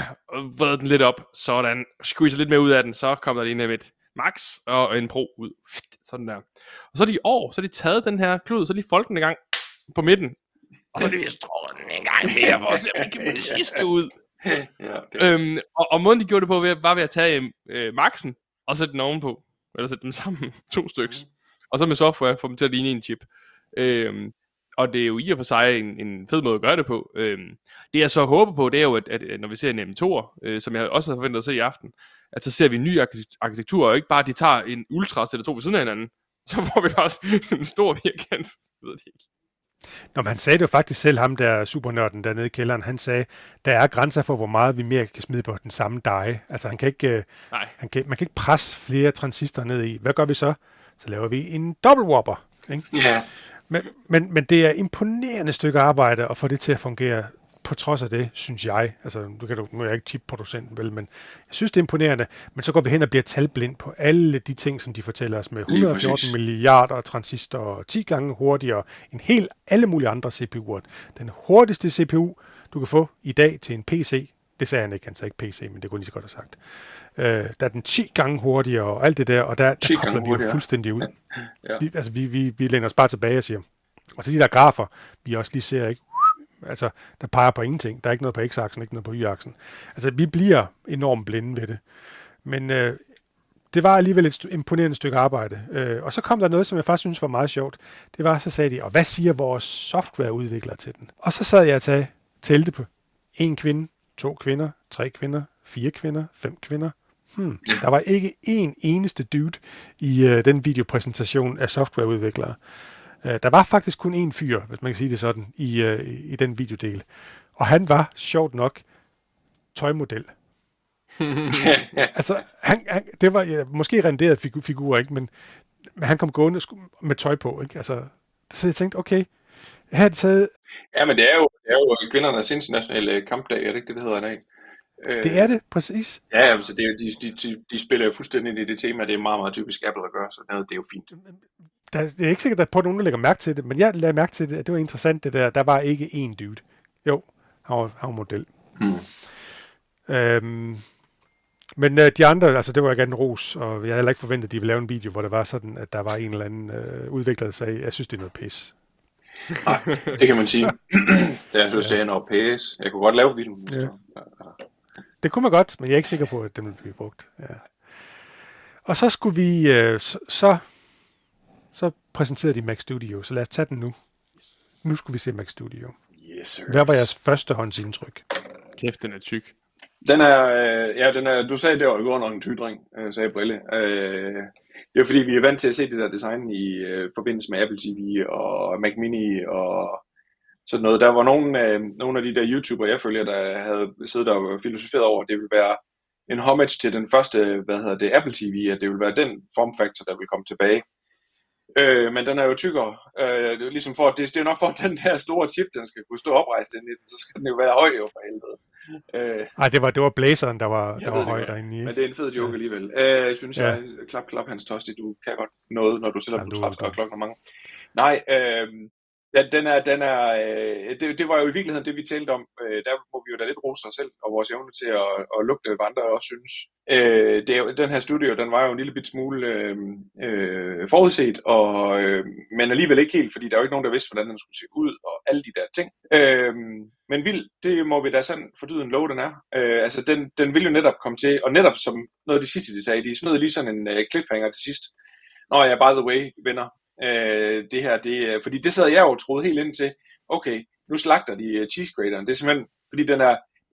og vred den lidt op, sådan, squeeze lidt mere ud af den, så kom der lige en M et Max og en Pro ud. Sådan der. Og så er de i år, så er de taget den her klud, så er de foldet den en gang på midten. Og så er de strået den en gang mere, for at se, om de kan få det sidste ud. Ja, det øhm, og, og måden de gjorde det på, var ved at tage øh, Maxen, og sætte den ovenpå. Eller sætte dem sammen, to stykker. Og så med software, få dem til at ligne en chip. Øhm, og det er jo i og for sig en, en fed måde at gøre det på. Øhm, det jeg så håber på, det er jo, at, at når vi ser en M to'er, øh, som jeg også har forventet at se i aften, at så ser vi en ny arkitektur, og ikke bare, at de tager en Ultra og sætter to ved siden af hinanden. Så får vi bare sådan en stor virkant. Ved det ikke. Nå, men han sagde det jo faktisk selv, ham der supernørden dernede i kælderen, han sagde, der er grænser for, hvor meget vi mere kan smide på den samme deje. Altså, han kan ikke, Nej. Han kan, man kan ikke presse flere transistorer ned i. Hvad gør vi så? Så laver vi en double whopper. Ikke? Ja. Men, men, men det er imponerende stykke arbejde at få det til at fungere. På trods af det, synes jeg, altså nu, kan du, nu er jeg ikke chipproducent, vel, men jeg synes, det er imponerende, men så går vi hen og bliver talblind på alle de ting, som de fortæller os med et hundrede og fjorten milliarder transistorer, ti gange hurtigere, en hel alle mulige andre C P U'er. Den hurtigste C P U, du kan få i dag til en P C, det sagde han ikke, han sagde ikke P C, men det kunne lige så godt have sagt, øh, der er den ti gange hurtigere og alt det der, og der, der kobler vi jo fuldstændig ud. Ja. Vi, altså, vi, vi, vi læner os bare tilbage og siger, og så de der grafer, vi også lige ser, ikke? Altså, der peger på ingenting. Der er ikke noget på x-aksen, ikke noget på y-aksen. Altså, vi bliver enormt blinde ved det. Men øh, det var alligevel et st- imponerende stykke arbejde. Øh, og så kom der noget, som jeg faktisk synes var meget sjovt. Det var, så sagde de, og hvad siger vores softwareudvikler til den? Og så sad jeg og tage, talte på en kvinde, to kvinder, tre kvinder, fire kvinder, fem kvinder. Hmm. Der var ikke en eneste dude i øh, den videopræsentation af softwareudviklere. Uh, der var faktisk kun én fyr, hvis man kan sige det sådan, i, uh, i den videodel. Og han var, sjovt nok, tøjmodel. altså, han, han, det var ja, måske renderet figur, figur, ikke? Men, men han kom gående med tøj på, ikke? Altså, så jeg tænkte, okay, her er det taget... Ja, men det er jo, det er jo kvindernes internationale kampdag, er det ikke det, det hedder i dag? Det er det, præcis. Ja, altså det er jo, de, de, de, de spiller jo fuldstændig ind i det tema, det er meget, meget typisk Apple at gøre, så det er jo fint. Der, det er ikke sikkert, at på nogen, der lægger mærke til det, men jeg lagde mærke til det, at det var interessant, det der, der var ikke én dude. Jo, han var, han var model. Hmm. Øhm, men øh, de andre, altså det var ikke en ros, og jeg havde heller ikke forventet, at de ville lave en video, hvor det var sådan, at der var en eller anden øh, udvikler, der sagde, jeg synes, det er noget pis. Nej, det kan man sige. Jeg synes, det er noget pis. Jeg kunne godt lave videoen. Ja. Det kunne man godt, men jeg er ikke sikker på, at den ville blive brugt. Ja. Og så skulle vi, øh, så, så, så præsenterede de Mac Studio, så lad os tage den nu. Nu skulle vi se Mac Studio. Yes, sir. Hvad var jeres førstehåndsindtryk? Kæft, den er tyk. Den er, øh, ja, den er, du sagde, det var jo nok en tydring, øh, sagde Brille. Øh, det er fordi, vi er vant til at se det der design i øh, forbindelse med Apple T V og Mac Mini og sådan noget. Der var nogle, øh, nogle af de der YouTubere, jeg følger, der havde siddet og filosoferet over, at det ville være en homage til den første, hvad hedder det, Apple T V, at det ville være den formfaktor, der ville komme tilbage. Øh, men den er jo tykkere. Øh, det er ligesom for, det, det er nok for, at den der store chip, den skal kunne stå oprejst inde i den, så skal den jo være høj jo for helvede. Nej, øh, det var, det var blæseren, der var, der var høj derinde i. Men det er en fed joke ja. alligevel. Øh, synes ja. jeg, klap, klap Hans Tosti, du kan godt noget, når du sætter på træt og klokken mange. Nej, øh, ja, den er, den er, øh, det, det var jo i virkeligheden det, vi talte om. Øh, der må vi jo da lidt rose os selv og vores evne til at, at lugte, hvad andre også synes. Øh, det er, den her studio, den var jo en lille bit smule øh, øh, forudset, og, øh, men alligevel ikke helt, fordi der er jo ikke nogen, der vidste, hvordan den skulle se ud, og alle de der ting. Øh, men vild, det må vi da sådan fordyde en lov, den er. Øh, altså, den, den vil jo netop komme til, og netop som noget af det sidste, de sagde, de smed lige sådan en uh, cliffhanger til sidst. Nå ja, by the way, venner, øh, det her, det fordi det sad jeg jo troede helt ind til, okay, nu slagter de uh, cheese grateren. Det er simpelthen, fordi den er,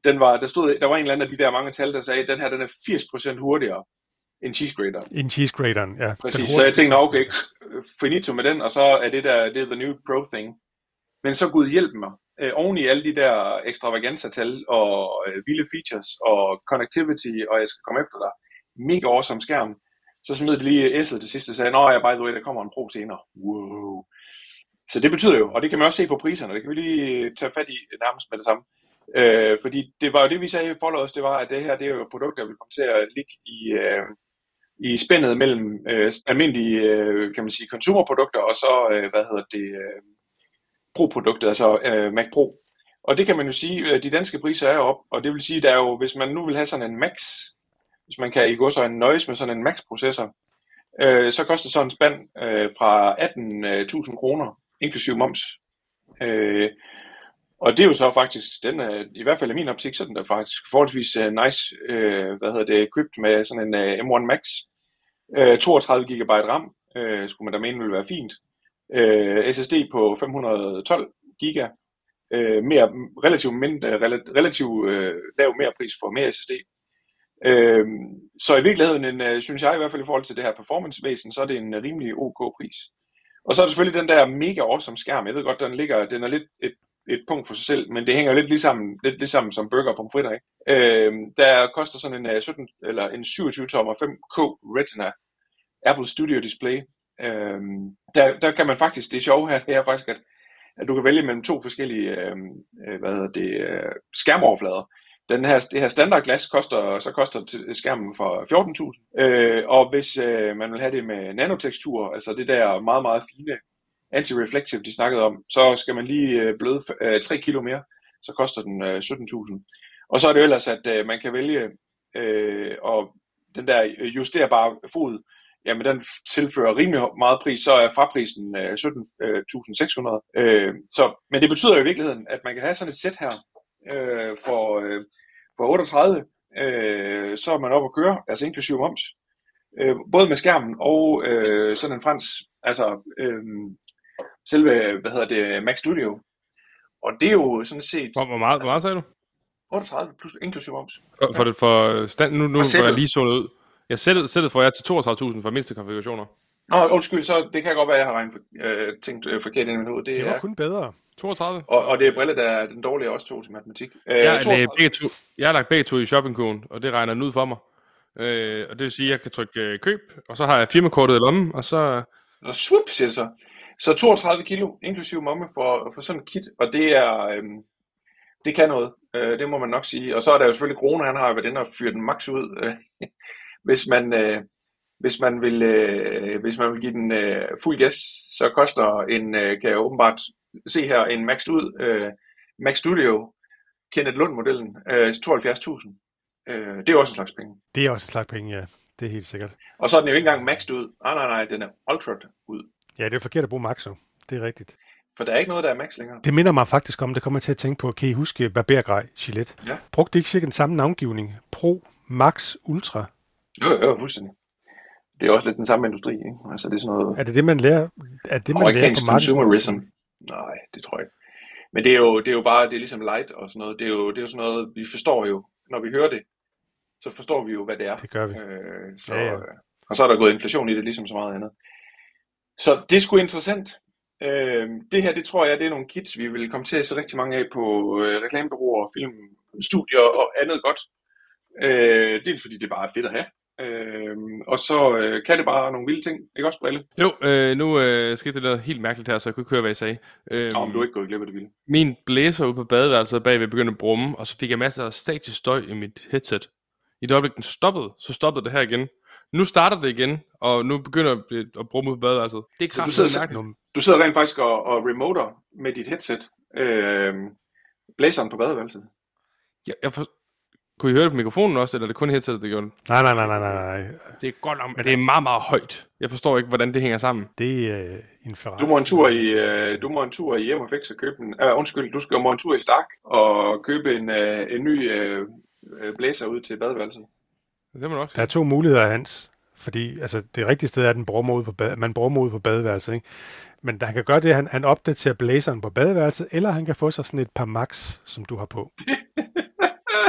den var, der, stod, der var en eller anden af de der mange tal, der sagde, at den her den er firs procent hurtigere end cheese grater. En cheese grateren, ja. Præcis, så jeg tænkte, okay, finito med den, og så er det der, det er the new pro thing. Men så Gud hjælp mig, øh, oven i alle de der ekstravaganza-tal og øh, vilde features og connectivity, og jeg skal komme efter dig, mega awesome skærm, så smed det lige S'et til sidst og sagde, nå ja, by the way, der kommer en Pro senere. Wow. Så det betyder jo, og det kan man også se på priserne, det kan vi lige tage fat i nærmest med det samme. Øh, fordi det var jo det, vi sagde i forløbet, det var, at det her, det er jo et produkt, der vil komme til at ligge i, øh, i spændet mellem øh, almindelige, øh, kan man sige, consumerprodukter, og så, øh, hvad hedder det, øh, Pro-produkter, altså øh, Mac Pro. Og det kan man jo sige, øh, de danske priser er op, og det vil sige, der er jo, hvis man nu vil have sådan en Max, hvis man kan i gå så en nøjes med sådan en Max-processor, øh, så koster sådan en spand øh, fra atten tusind kroner, inklusive moms. Øh, og det er jo så faktisk, den er, i hvert fald i min optik, så den er faktisk forholdsvis uh, nice, øh, hvad hedder det, equipped med sådan en uh, M one Max. Øh, toogtredive gigabyte RAM, øh, skulle man da mene ville være fint. Øh, S S D på fem hundrede og tolv giga. Øh, mere, relativt mindre, relativt øh, lav mere pris for mere S S D. Øh, så i virkeligheden, en, synes jeg i hvert fald i forhold til det her performance-væsen, så er det en rimelig ok pris. Og så er der selvfølgelig den der mega awesome skærm. Jeg ved godt, den ligger, den er lidt et, et punkt for sig selv, men det hænger lidt ligesom, lidt ligesom som burger og pomfritter, ikke? Øh, der koster sådan en sytten eller en syvogtyve tommer fem K Retina Apple Studio Display. Øh, der, der kan man faktisk, det sjove her, det er faktisk, at, at du kan vælge mellem to forskellige øh, hvad hedder det, øh, skærmoverflader. Den her, det her standardglas koster, så koster skærmen for fjorten tusind, øh, og hvis øh, man vil have det med nanotekstur, altså det der meget, meget fine anti-reflective, de snakkede om, så skal man lige øh, bløde øh, tre kilo mere, så koster den øh, sytten tusind. Og så er det ellers, at øh, man kan vælge, øh, og den der justerbare fod, jamen den tilfører rimelig meget pris, så er fraprisen øh, sytten tusind seks hundrede. Øh, så, men det betyder jo i virkeligheden, at man kan have sådan et sæt her, Øh, for, øh, for otteogtredive, øh, så er man oppe at køre, altså inklusive moms, øh, både med skærmen og øh, sådan en frans, altså øh, selve, hvad hedder det, Mac Studio. Og det er jo sådan set... Hvor, hvor meget, hvor meget sagde du? otteogtredive plus inklusive moms. For, for det for stand, nu, nu var jeg lige zonet ud. Jeg sætter, sætter for jer til toogtredive tusind for mindste konfigurationer. Nå, undskyld, så det kan godt være, at jeg har regnet, øh, tænkt øh, forkert ind i mit hoved. Det, det var er, kun bedre. toogtredive. Og, og det er Brille, der er den dårlige også to til matematik. Øh, jeg, er begge to, jeg har lagt begge to i shoppingkoden, og det regner den ud for mig. Øh, og det vil sige, at jeg kan trykke øh, køb, og så har jeg firmakortet i lommen, og så... Og swoop, siger det så. Så toogtredive kilo, inklusive momme, for, for sådan en kit, og det er... Øh, det kan noget, øh, det må man nok sige. Og så er der jo selvfølgelig Krone, han har været inde og fyret den max ud, øh, hvis man... Øh, Hvis man vil, øh, hvis man vil give den øh, fuld gas, så koster en, øh, kan jeg åbenbart se her, en Max ud, øh, Mac Studio, Kenneth Lund-modellen, øh, tooghalvfjerds tusind. Øh, det er også en slags penge. Det er også en slags penge, ja. Det er helt sikkert. Og så er den jo ikke engang Maxed ud. Nej, nej, nej, den er Ultra ud. Ja, det er forkert at bruge Max, jo. Det er rigtigt. For der er ikke noget, der er Max længere. Det minder mig faktisk om, det kommer til at tænke på, kan I huske barbergrej, Gillette? Ja. Brugte de ikke cirka den samme navngivning? Pro, Max, Ultra? Jo, jo, fuldstændig. Det er også lidt den samme industri, ikke? Altså, det er sådan noget... Er det det, man lærer, er det, man lærer på consumerism? Nej, det tror jeg ikke. Men det er jo, det er jo bare, det er ligesom light og sådan noget. Det er jo, det er jo sådan noget, vi forstår jo, når vi hører det, så forstår vi jo, hvad det er. Det gør vi. Øh, så, ja, ja. Og så er der gået inflation i det, ligesom så meget andet. Så det er sgu interessant. Øh, det her, det tror jeg, det er nogle kits, vi vil komme til at se rigtig mange af på øh, reklamebureauer, filmstudier og andet godt. Øh, dels fordi det bare er fedt at have. Øh, og så øh, kan det bare nogle vilde ting, ikke også, Brille? Jo, øh, nu øh, skete det noget helt mærkeligt her, så jeg kunne ikke høre, hvad jeg sagde. Øh, Nå, men du er ikke gået glip af det vilde. Min blæser ude på badeværelset bagved begyndte at brumme, og så fik jeg masser af statisk støj i mit headset. I det øjeblik, den stoppede, så stoppede det her igen. Nu starter det igen, og nu begynder det at brumme ud på badeværelset. Det er kraftigt mærkeligt. Du sidder rent faktisk og, og remoter med dit headset, øh, blæseren på badeværelset. Ja, jeg for... Kunne I høre det på mikrofonen også, eller er det kun headsetet, det gjorde det? Nej, nej, nej, nej, nej. Det er godt om, men det er meget, meget højt. Jeg forstår ikke, hvordan det hænger sammen. Det er øh, en Ferrari. Du må en tur i, øh, du må en tur i M F X og købe en, øh, undskyld, du skal må en tur i Stark og købe en, øh, en ny øh, blæser ud til badeværelset. Det må man også sige. Der er to muligheder, Hans. Fordi altså, det rigtige sted er, at den brummer ud på bad, man brummer ud på badeværelset, ikke? Men han kan gøre det, at han, han opdaterer blæseren på badeværelset, eller han kan få sig sådan et par Max, som du har på.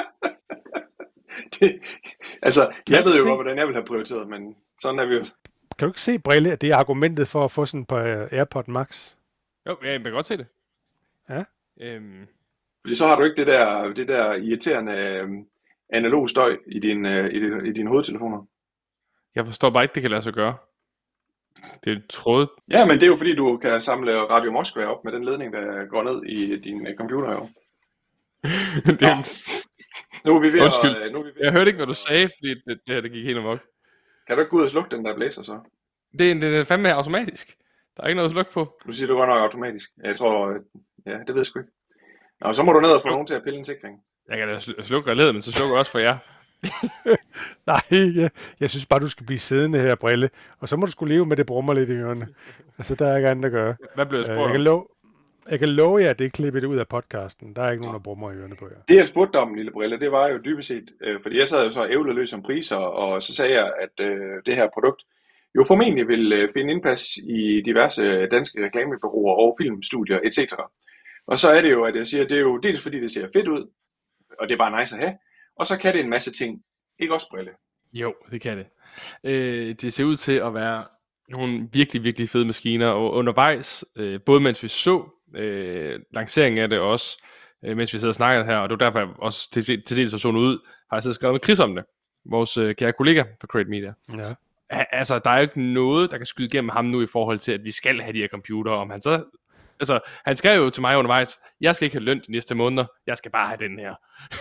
det, altså, Kan jeg du ved jo se- godt, hvordan jeg vil have prioriteret, men sådan er vi jo. Kan du ikke se, Brille, at det er argumentet for at få sådan på uh, AirPod Max? Jo, ja, jeg kan godt se det. Ja. Øhm, Fordi så har du ikke det der, det der irriterende øh, analog støj i, din, øh, i, din, i dine hovedtelefoner. jeg forstår bare ikke, det kan lade sig gøre. Det er tråd. Ja, men det er jo fordi, du kan samle Radio Moskva op med den ledning, der går ned i din øh, computer. Jo. det er, Nu er vi ved Undskyld. at... Nu er vi ved jeg hørte ikke, hvad du sagde, fordi det, det her det gik helt amok. Kan du ikke gå ud og slukke den der blæser så? Det, er- det er fandme automatisk. Der er ikke noget at slukke på. Nu siger du godt nok automatisk. Jeg tror... øh, Ja, det ved jeg sgu ikke. Nå, så må du ned og få nogen til at pille en sikring. Jeg kan da sl- slukke relæet, men så slukker jeg også for jer. Nej, jeg, jeg synes bare, du skal blive siddende her, Brille. Og så må du skulle leve med det brummer lidt i ørerne. Altså, der er ikke andet at gøre. Hvad blev jeg Uh, spurgt jeg, kan om? love, jeg kan love jer, at det er klippet ud af podcasten. Der er ikke nogen, der brummer i ørerne på jer. Det jeg spurgte dig om, lille Brille, det var jo dybest set, øh, fordi jeg sad jo så ævlet løs om priser, og så sagde jeg, at øh, det her produkt jo formentlig vil øh, finde indpas i diverse danske reklamebureauer og filmstudier, et cetera. Og så er det jo, at jeg siger, at det er jo dels fordi, det ser fedt ud, og det er bare nice at have, og så kan det en masse ting. Ikke også, Brille? Jo, det kan det. Øh, det ser ud til at være nogle virkelig, virkelig fede maskiner, og undervejs, øh, både mens vi så øh, lanceringen af det også, øh, mens vi sidder og snakker her, og det er derfor jeg også til, til dels versionen ud, har jeg siddet og skrevet med Chris om det, vores øh, kære kollega fra Create Media. Ja. A- altså, der er jo ikke noget, der kan skyde igennem ham nu i forhold til, at vi skal have de her computer, om han så... Altså, han skrev jo til mig undervejs, jeg skal ikke have løn de næste måneder, jeg skal bare have den her.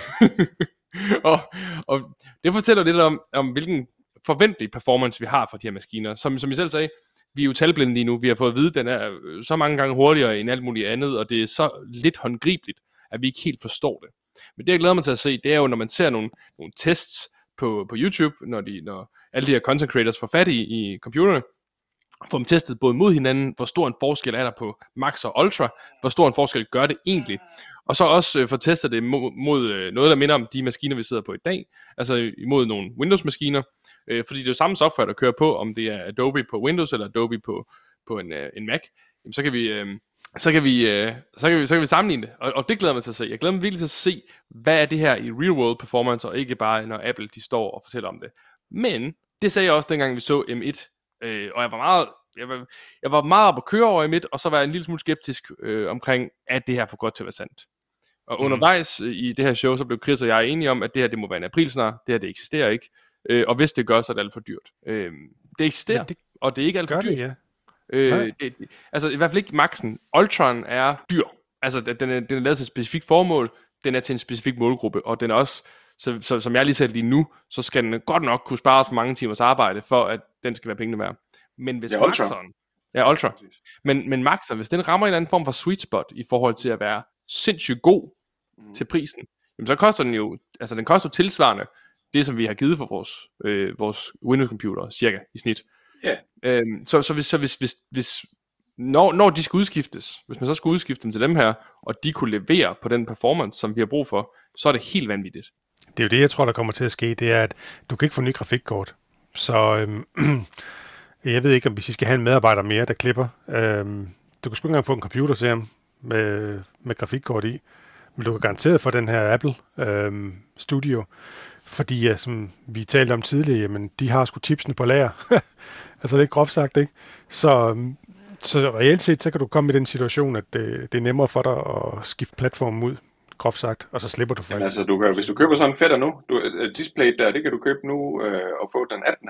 og, og det fortæller lidt om, om hvilken forventelig performance vi har fra de her maskiner. Som, som I selv sagde, vi er jo talblinde lige nu, vi har fået at vide, at den er så mange gange hurtigere end alt muligt andet, og det er så lidt håndgribeligt, at vi ikke helt forstår det. Men det jeg glæder mig til at se, det er jo, når man ser nogle, nogle tests på, på YouTube, når, de, når alle de her content creators får fat i, i computerne, få dem testet både mod hinanden, hvor stor en forskel er der på Max og Ultra, hvor stor en forskel gør det egentlig, og så også øh, få testet det mod, mod øh, noget, der minder om de maskiner, vi sidder på i dag, altså imod nogle Windows-maskiner, øh, fordi det er jo samme software, der kører på, om det er Adobe på Windows eller Adobe på, på en, øh, en Mac, jamen, så kan vi... Øh, så kan vi, øh, så kan vi, så kan vi sammenligne det, og, og det glæder mig til at se. Jeg glæder mig virkelig til at se, hvad er det her i real world performance, og ikke bare når Apple de står og fortæller om det. Men det sagde jeg også dengang vi så M et, øh, og jeg var meget, jeg var, jeg var meget op at køre over M et, og så var jeg en lille smule skeptisk øh, omkring, at det her for godt til at være sandt. Og mm. undervejs øh, i det her show, så blev Chris og jeg enige om, at det her det må være en aprilsnar, det her det eksisterer ikke, øh, og hvis det gør, så er det alt for dyrt. Øh, det eksisterer, det og det er ikke alt for dyrt. Det, ja. Øh, det, altså i hvert fald ikke Maxen. Ultron er dyr. Altså den er, den er lavet til et specifikt formål, den er til en specifik målgruppe, og den er også, så, så, som jeg lige sagde lige nu, så skal den godt nok kunne spare for mange timers arbejde, for at den skal være pengene værd. Men hvis Ja, Ultra. Maxeren, ja Ultra, men, men Maxeren, hvis den rammer en eller anden form for sweet spot, i forhold til at være sindssygt god mm. til prisen, jamen så koster den jo, altså den koster tilsvarende, det som vi har givet for vores, øh, vores Windows computer, cirka i snit. Ja. Øhm, så, så, hvis, så hvis, hvis, hvis når, når de skal udskiftes, hvis man så skal udskifte dem til dem her, og de kunne levere på den performance, som vi har brug for, så er det helt vanvittigt. Det er jo det, jeg tror, der kommer til at ske, det er, at du kan ikke få ny grafikkort. Så øhm, jeg ved ikke, om hvis I skal have en medarbejder mere, der klipper. Øhm, du kan sgu ikke engang få en computer, ser jeg, med, med grafikkort i. Men du kan garanteret få den her Apple øhm, Studio. Fordi, ja, som vi talte om tidligere, jamen, de har sgu chipsene på lager. Altså, det er groft sagt, ikke? Så, så reelt set, så kan du komme i den situation, at det, det er nemmere for dig at skifte platformen ud, groft sagt, og så slipper du for Jamen, det. altså, du kan, hvis du køber sådan en fætter nu, du, uh, displayet der, det kan du købe nu øh, og få den attende.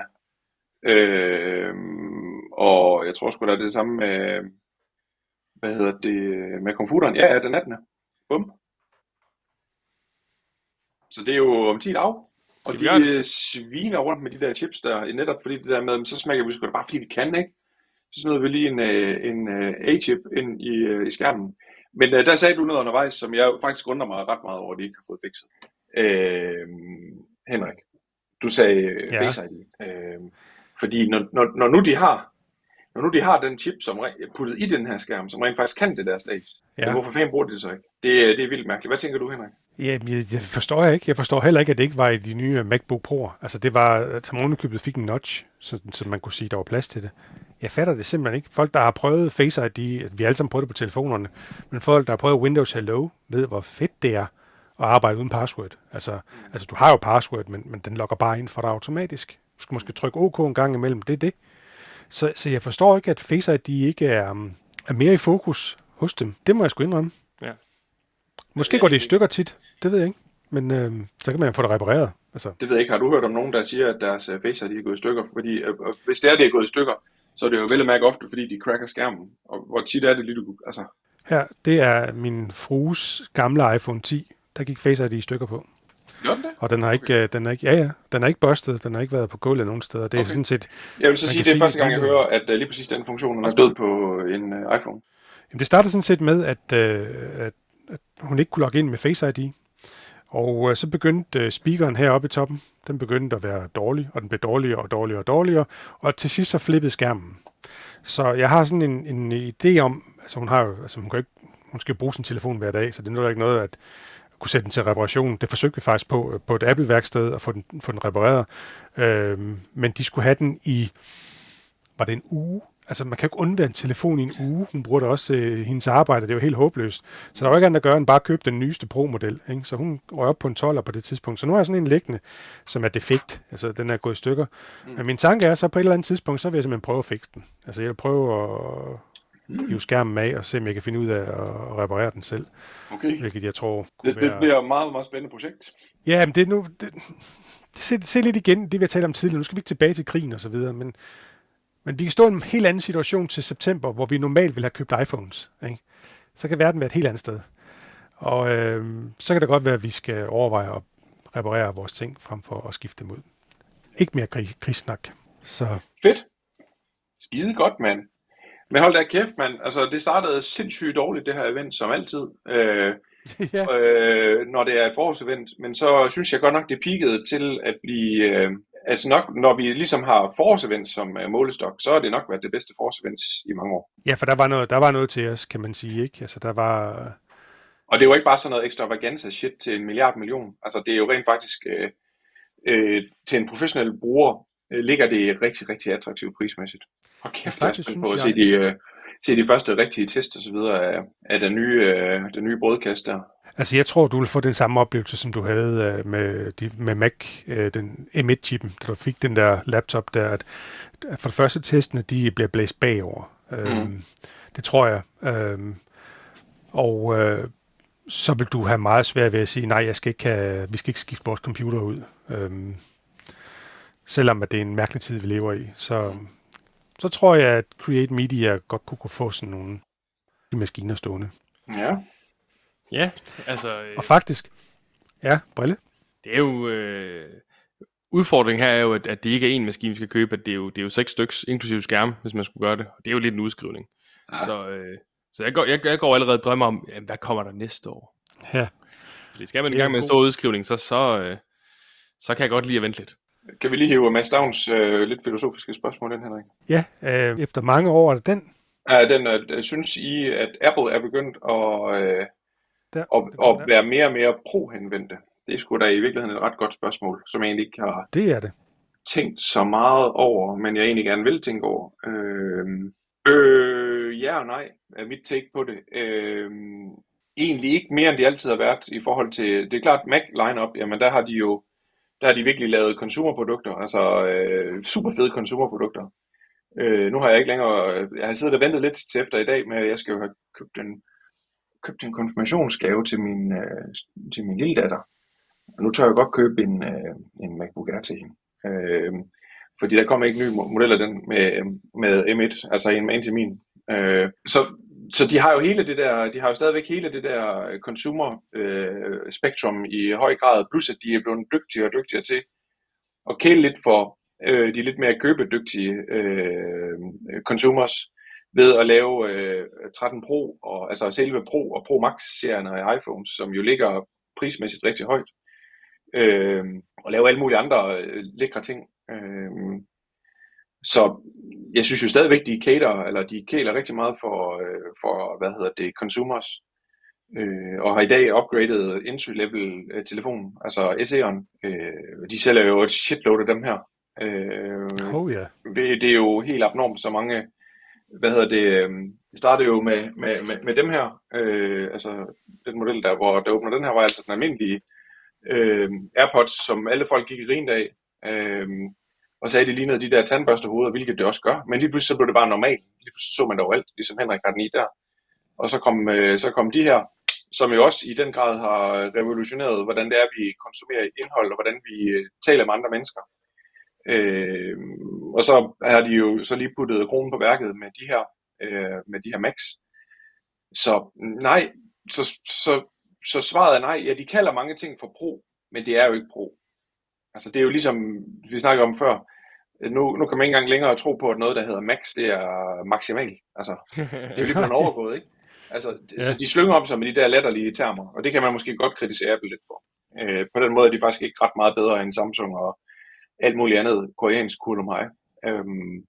Øh, og jeg tror sgu da det er det samme med, hvad hedder det, med computeren. Ja, ja, den attende. Bum. Så det er jo om ti dage. Og Skal vi de gøre det? øh, sviner rundt med de der chips der, netop fordi det der med, så smækker vi sgu da bare fordi vi kan, ikke? Så smider vi lige en, øh, en øh, A-chip ind i, øh, i skærmen. Men øh, der sagde du noget undervejs, som jeg faktisk undrer mig ret meget over, at de ikke har fået fikset. Øh, Henrik, du sagde øh, Ja. Face I D. Øh, fordi når, når, når, nu de har, når nu de har den chip, som re- puttet i den her skærm, som rent faktisk kan det der stage, Ja. hvorfor fanden bruger de det så ikke? Det, det er vildt mærkeligt. Hvad tænker du, Henrik? Ja, jeg, jeg forstår jeg ikke. Jeg forstår heller ikke, at det ikke var i de nye MacBook Pro'er. Altså, det var, som ovenikøbet fik en notch, så, så man kunne sige, der var plads til det. Jeg fatter det simpelthen ikke. Folk, der har prøvet Face I D, vi har alle sammen prøvet det på telefonerne, men folk, der har prøvet Windows Hello, ved, hvor fedt det er at arbejde uden password. Altså, altså du har jo password, men, men den logger bare ind for dig automatisk. Du skal måske trykke OK en gang imellem, det er det. Så, så jeg forstår ikke, at Face I D ikke er, um, er mere i fokus hos dem. Det må jeg sgu indrømme. Ja. Måske går det i stykker tit, det ved jeg ikke. Men øh, så kan man få det repareret. Altså. Det ved jeg ikke. Har du hørt om nogen, der siger, at deres uh, Face I D er gået i stykker? Fordi øh, hvis det er, det er gået i stykker, så er det jo vel at mærke ofte, fordi de cracker skærmen. Og hvor tit er det lige, du... Altså... Her, det er min frues gamle iPhone ti. Der gik Face I D i stykker på. Gør den det? Og den har ikke, okay. den er ikke, ja ja, den har ikke bustet, den har ikke været på gulvet nogen steder. Det er okay. sådan set... Jeg vil så sige, det er sige, første gang, jeg hører, at uh, lige præcis den funktion er død på en uh, iPhone. Jamen, det startede sådan set med, at, øh, at, at hun ikke kunne logge ind med Face I D. Og øh, så begyndte øh, speakeren heroppe i toppen, den begyndte at være dårlig, og den blev dårligere og dårligere og dårligere, og til sidst så flippede skærmen. Så jeg har sådan en, en idé om, altså hun har jo, altså hun kan ikke, hun skal bruge sin telefon hver dag, så det er nok ikke noget at kunne sætte den til reparation. Det forsøgte vi faktisk på, på et Apple-værksted at få den, få den repareret, øh, men de skulle have den i, var det en uge? Altså, man kan jo ikke undvære en telefon i en uge. Hun bruger det også øh, hendes arbejde. Det er jo helt håbløst. Så der var ikke andet at gøre, end bare købe den nyeste Pro-model. Ikke? Så hun røg op på en tolver på det tidspunkt. Så nu har jeg sådan en liggende, som er defekt. Altså, den er gået i stykker. Mm. Men min tanke er så, på et eller andet tidspunkt, så vil jeg simpelthen prøve at fikse den. Altså, jeg vil prøve at mm. hive skærmen af, og se, om jeg kan finde ud af at reparere den selv. Okay. Hvilket jeg tror kunne det, være... Det bliver et meget, meget spændende projekt. Ja, men det er nu... Det, se, se lidt igen, det vi har talt om tidligere. Nu skal vi ikke tilbage til krigen og så videre, men... Men vi kan stå i en helt anden situation til september, hvor vi normalt ville have købt iPhones. Ikke? Så kan verden være et helt andet sted. Og øh, så kan det godt være, at vi skal overveje at reparere vores ting, frem for at skifte dem ud. Ikke mere krig, krigssnak. Så. Fedt. Skide godt, mand. Men hold da kæft, mand. Altså, det startede sindssygt dårligt, det her event, som altid. Øh, ja. øh, når det er et forårsevent. Men så synes jeg godt nok, det peakede til at blive... Øh, Altså nok, når vi ligesom har forårsevent som uh, målestok, så har det nok været det bedste forårsevent i mange år. Ja, for der var noget, der var noget til os, kan man sige, ikke? Altså der var... Og det var ikke bare sådan noget ekstravaganza shit til en milliard million. Altså det er jo rent faktisk, øh, øh, til en professionel bruger, øh, ligger det rigtig, rigtig attraktivt prismæssigt. Og kæft, jeg er spændt på at se de, øh, se de første rigtige tests og så videre af, af den nye, øh, den nye brødkasse der. Altså, jeg tror, du vil få den samme oplevelse, som du havde uh, med, de, med Mac, uh, den M et-chippen, da du fik den der laptop der, at, at for det første testene, de bliver blæst bagover. Mm. Um, det tror jeg. Um, og uh, så vil du have meget svært ved at sige, nej, jeg skal ikke have, vi skal ikke skifte vores computer ud. Um, selvom at det er en mærkelig tid, vi lever i. Så, mm. så tror jeg, at Create Media godt kunne, kunne få sådan nogle maskiner stående. Ja. Ja, altså... Øh, og faktisk, ja, Brille. Det er jo... Øh, udfordringen her er jo, at, at det ikke er én maskine, vi skal købe, at det er jo, det er jo seks styks, inklusive skærm, hvis man skulle gøre det. Og det er jo lidt en udskrivning. Ja. Så, øh, så jeg, går, jeg, jeg går allerede og drømmer om, jamen, hvad kommer der næste år? Ja. Fordi skal man i gang med en stor udskrivning, så, så, øh, så kan jeg godt lide at vente lidt. Kan vi lige hive Mads Downs øh, lidt filosofiske spørgsmål ind, Henrik? Ja, øh, efter mange år er det den. Ja, den øh, synes I, at Apple er begyndt at... Øh, Der, og, og være mere og mere pro-henvendte. Det er sgu da i virkeligheden et ret godt spørgsmål, som jeg egentlig ikke har det er det. tænkt så meget over, men jeg egentlig gerne vil tænke over. Øh, øh, ja og nej er mit take på det. Øh, egentlig ikke mere, end de altid har været i forhold til, det er klart Mac line-up, jamen der har de jo, der har de virkelig lavet consumerprodukter, altså øh, super fede consumerprodukter. Øh, nu har jeg ikke længere, jeg har siddet og ventet lidt til efter i dag, men jeg skal jo have købt en købte en konfirmationsgave til min, øh, til min lille datter. Og nu tør jeg godt købe en, øh, en MacBook Air til hende. Øh, fordi der kommer ikke nye modeller den med, med M et, altså en med en til min. Øh, så, så de har jo hele det der, de har jo stadigvæk hele det der consumer øh, spektrum i høj grad, plus at de er blevet dygtigere og dygtigere til at kæle lidt for øh, de lidt mere købedygtige øh, consumers, ved at lave øh, tretten Pro, og, altså selve Pro og Pro Max-serien af iPhones, som jo ligger prismæssigt rigtig højt, øh, og lave alle mulige andre øh, lækre ting. Øh, så jeg synes jo stadigvæk, de cater, eller de kæler rigtig meget for, øh, for hvad hedder det, consumers, øh, og har i dag upgradet entry-level øh, telefonen, altså S E'eren. Øh, de sælger jo et shitload af dem her. Øh, oh, yeah. det, det er jo helt abnormt, så mange hvad hedder det, øh, det startede jo med, med, med, med dem her, øh, altså den model der, hvor der åbner den her, var altså den almindelige øh, AirPods, som alle folk gik i rent af, øh, og sagde, at det lignede de der tandbørstehoveder, hvilket det også gør, men lige pludselig så blev det bare normalt, lige pludselig så man det overalt, ligesom Henrik har den i der, og så kom, øh, så kom de her, som jo også i den grad har revolutioneret, hvordan det er, vi konsumerer indhold, og hvordan vi øh, taler med andre mennesker. Øh, og så har de jo så lige puttet kronen på værket med de her, øh, med de her Macs. Så nej, så, så, så svaret er nej. Ja, de kalder mange ting for Pro, men det er jo ikke Pro. Altså det er jo ligesom, vi snakkede om før, nu, nu kan man ikke engang længere tro på, at noget, der hedder Max, det er maksimal. Altså, det er jo lige blevet overgået, ikke? Altså, ja. Så de slynger om sig med de der latterlige termer, og det kan man måske godt kritisere Apple lidt for. Øh, på den måde er de faktisk ikke ret meget bedre end Samsung og alt muligt andet koreansk cool om mig. Øhm,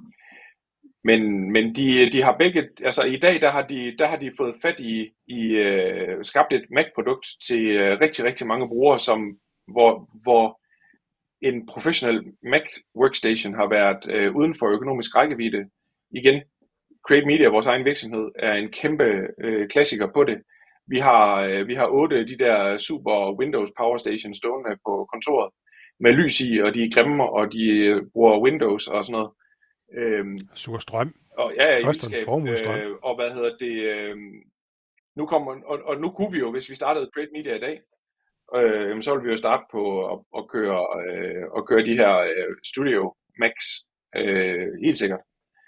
men men de, de har begge, altså i dag, der har de, der har de fået fat i, i øh, skabt et Mac-produkt til øh, rigtig, rigtig mange brugere, som, hvor, hvor en professionel Mac workstation har været øh, uden for økonomisk rækkevidde. Igen, Create Media, vores egen virksomhed, er en kæmpe øh, klassiker på det. Vi har, øh, vi har otte de der super Windows Power Stations stående på kontoret med lys i, og de er grimme, og de øh, bruger Windows og sådan noget. Øhm, Suger strøm. Og, ja, ja, i Koster en formue strøm. øh, og hvad hedder det? Øh, nu kommer, og, og nu kunne vi jo, hvis vi startede Create Media i dag, øh, så ville vi jo starte på at, at, køre, øh, at køre de her øh, Studio Max, øh, helt sikkert.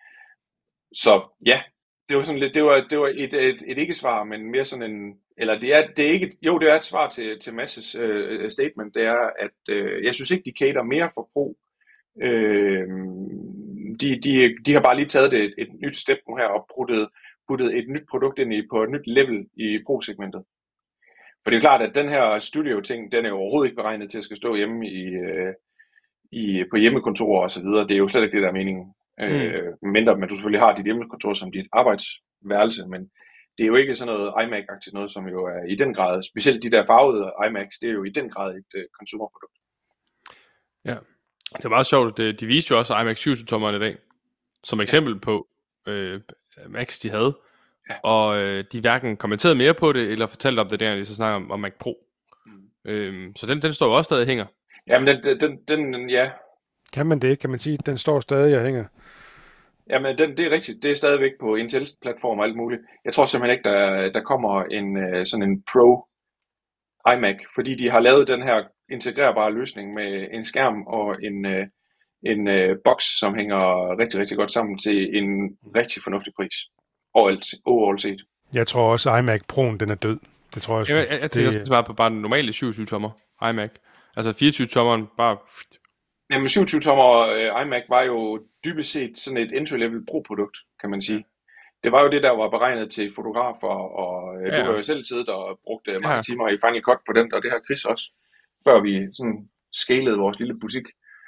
Så ja, det var sådan lidt, det var, det var et, et, et ikke-svar, men mere sådan en, eller det er, det er ikke, jo, det er et svar til, til Masses øh, statement, det er, at øh, jeg synes ikke, de cater mere for Pro. Øh, de, de, de har bare lige taget det et, et nyt step nu her, og puttet, puttet et nyt produkt ind i, på et nyt level i Pro-segmentet. For det er klart, at den her studio-ting, den er jo overhovedet ikke beregnet til at skal stå hjemme i, øh, i, på hjemmekontorer og så videre. Det er jo slet ikke det, der er meningen. Mm. Øh, mindre, men du selvfølgelig har dit hjemmekontor som dit arbejdsværelse, men det er jo ikke sådan noget iMac-agtigt noget, som jo er i den grad, specielt de der farvede iMacs, det er jo i den grad et uh, consumerprodukt. Ja, det er meget sjovt, de viste jo også iMac syvogtyve-tommeren i dag, som eksempel ja. på øh, Macs, de havde, ja. og øh, de hverken kommenterede mere på det, eller fortalte om det der, når de så snakker om, om Mac Pro. Mm. Øh, så den, den står jo også stadig og hænger. Jamen, den, den, den, ja. Kan man det? Kan man sige, at den står stadig og hænger? Jamen, den, det er rigtigt. Det er stadigvæk på Intels platform og alt muligt. Jeg tror simpelthen ikke, der, der kommer en sådan en Pro iMac, fordi de har lavet den her integrerbare løsning med en skærm og en, en, en boks, som hænger rigtig, rigtig godt sammen til en rigtig fornuftig pris. Overalt, overall set. Jeg tror også, at iMac Pro'en, den er død. Det tror jeg sgu. Jeg, jeg, jeg tænker det... bare på bare den normale syvogtyve tommer iMac. Altså fireogtyve tommeren bare... Jamen syvogtyve tommer uh, iMac var jo dybest set sådan et entry-level pro-produkt, kan man sige. Ja. Det var jo det, der var beregnet til fotografer, og uh, ja, ja. Du har jo selv siddet og brugt uh, mange ja. timer i Final Cut på den, og det har Chris også, før vi sådan scalede vores lille butik.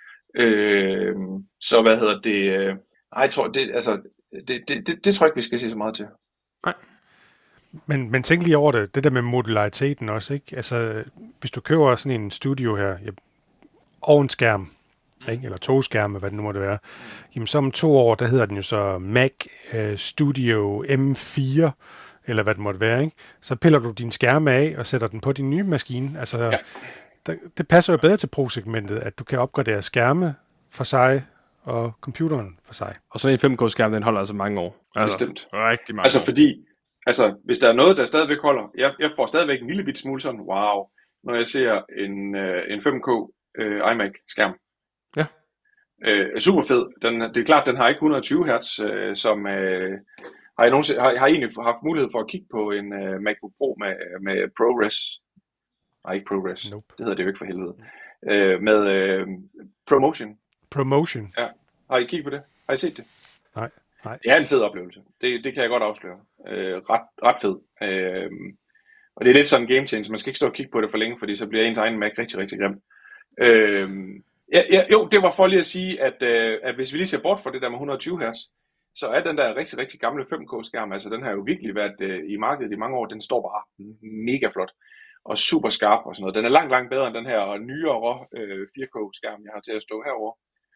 Uh, så hvad hedder det? Uh, nej, jeg tror, det, altså, det, det, det, det tror jeg ikke, vi skal se så meget til. Nej. Men, men tænk lige over det, det der med modulariteten også, ikke? Altså, hvis du køber sådan en studio her, ja, og en skærm, ikke? Eller to skærme, hvad det nu må det være, jamen så om to år, der hedder den jo så Mac uh, Studio M fire, eller hvad det måtte være, ikke? Så piller du din skærme af og sætter den på din nye maskine. Altså, ja. der, det passer jo bedre til Pro-segmentet, at du kan opgradere skærme for sig og computeren for sig. Og sådan en fem K-skærm, den holder altså mange år. Altså, bestemt. Rigtig mange altså år. fordi, altså hvis der er noget, der stadigvæk holder, jeg, jeg får stadigvæk en lille bit smule sådan, wow, når jeg ser en, uh, en fem K uh, iMac-skærm. Ja. Uh, super fed. Den, det er klart, den har ikke et hundrede og tyve hertz, uh, som uh, har, jeg nogensinde, har, har egentlig haft mulighed for at kigge på en uh, MacBook Pro med, med ProRes. Nej, ikke ProRes. Nope. Det hedder det jo ikke for helvede. Uh, med uh, ProMotion. ProMotion? Ja. Har I kigget på det? Har I set det? Nej. Nej. Det er en fed oplevelse. Det, det kan jeg godt afsløre. Uh, ret, ret fed. Uh, og det er lidt sådan en game changer. Man skal ikke stå og kigge på det for længe, fordi så bliver ens egen Mac rigtig, rigtig grim. Uh, Ja, ja, jo, det var for lige at sige, at, øh, at hvis vi lige ser bort fra det der med et hundrede og tyve hertz, så er den der rigtig, rigtig gamle fem K-skærm, altså den har jo virkelig været øh, i markedet i mange år, den står bare mega flot og super skarp og sådan noget. Den er langt, langt bedre end den her nyere øh, fire K-skærm, jeg har til at stå herovre.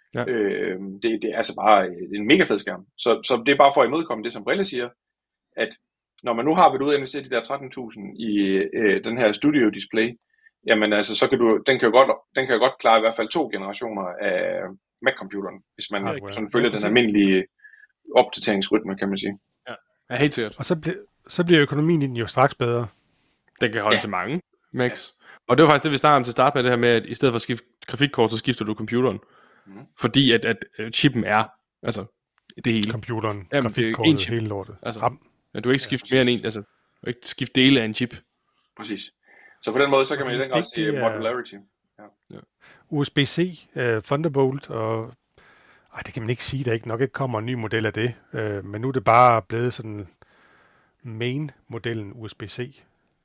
Ja. Øh, det, det er altså bare en mega fed skærm. Så, så det er bare for at imødekomme det, som Brille siger, at når man nu har været ude og investere de der tretten tusind i øh, den her studio display, jamen altså, så kan du, den kan jo godt, den kan jo godt klare i hvert fald to generationer af Mac-computeren, hvis man Hardware. sådan følger Ja, den almindelige opdateringsrytme, kan man sige. Ja, ja helt sikkert. Og så, ble, så bliver økonomien i den jo straks bedre. Den kan holde Ja. til mange, Max. Ja. Og det var faktisk det, vi snakkede om til start med, det her med, at i stedet for at skifte grafikkort, så skifter du computeren. Mm. Fordi at, at chippen er, altså, det hele. Computeren, Jamen, grafikkortet, chip. hele lortet. Altså, Ram. ja, du kan ikke skifte Ja, mere end en, altså, du kan ikke skifte dele af en chip. Præcis. Så på den måde, så kan Og man i den den grad stik, sige det er- modularity. Ja. U S B-C, uh, Thunderbolt, og ej, det kan man ikke sige, der ikke nok ikke kommer en ny model af det. Uh, men nu er det bare blevet sådan main-modellen U S B-C.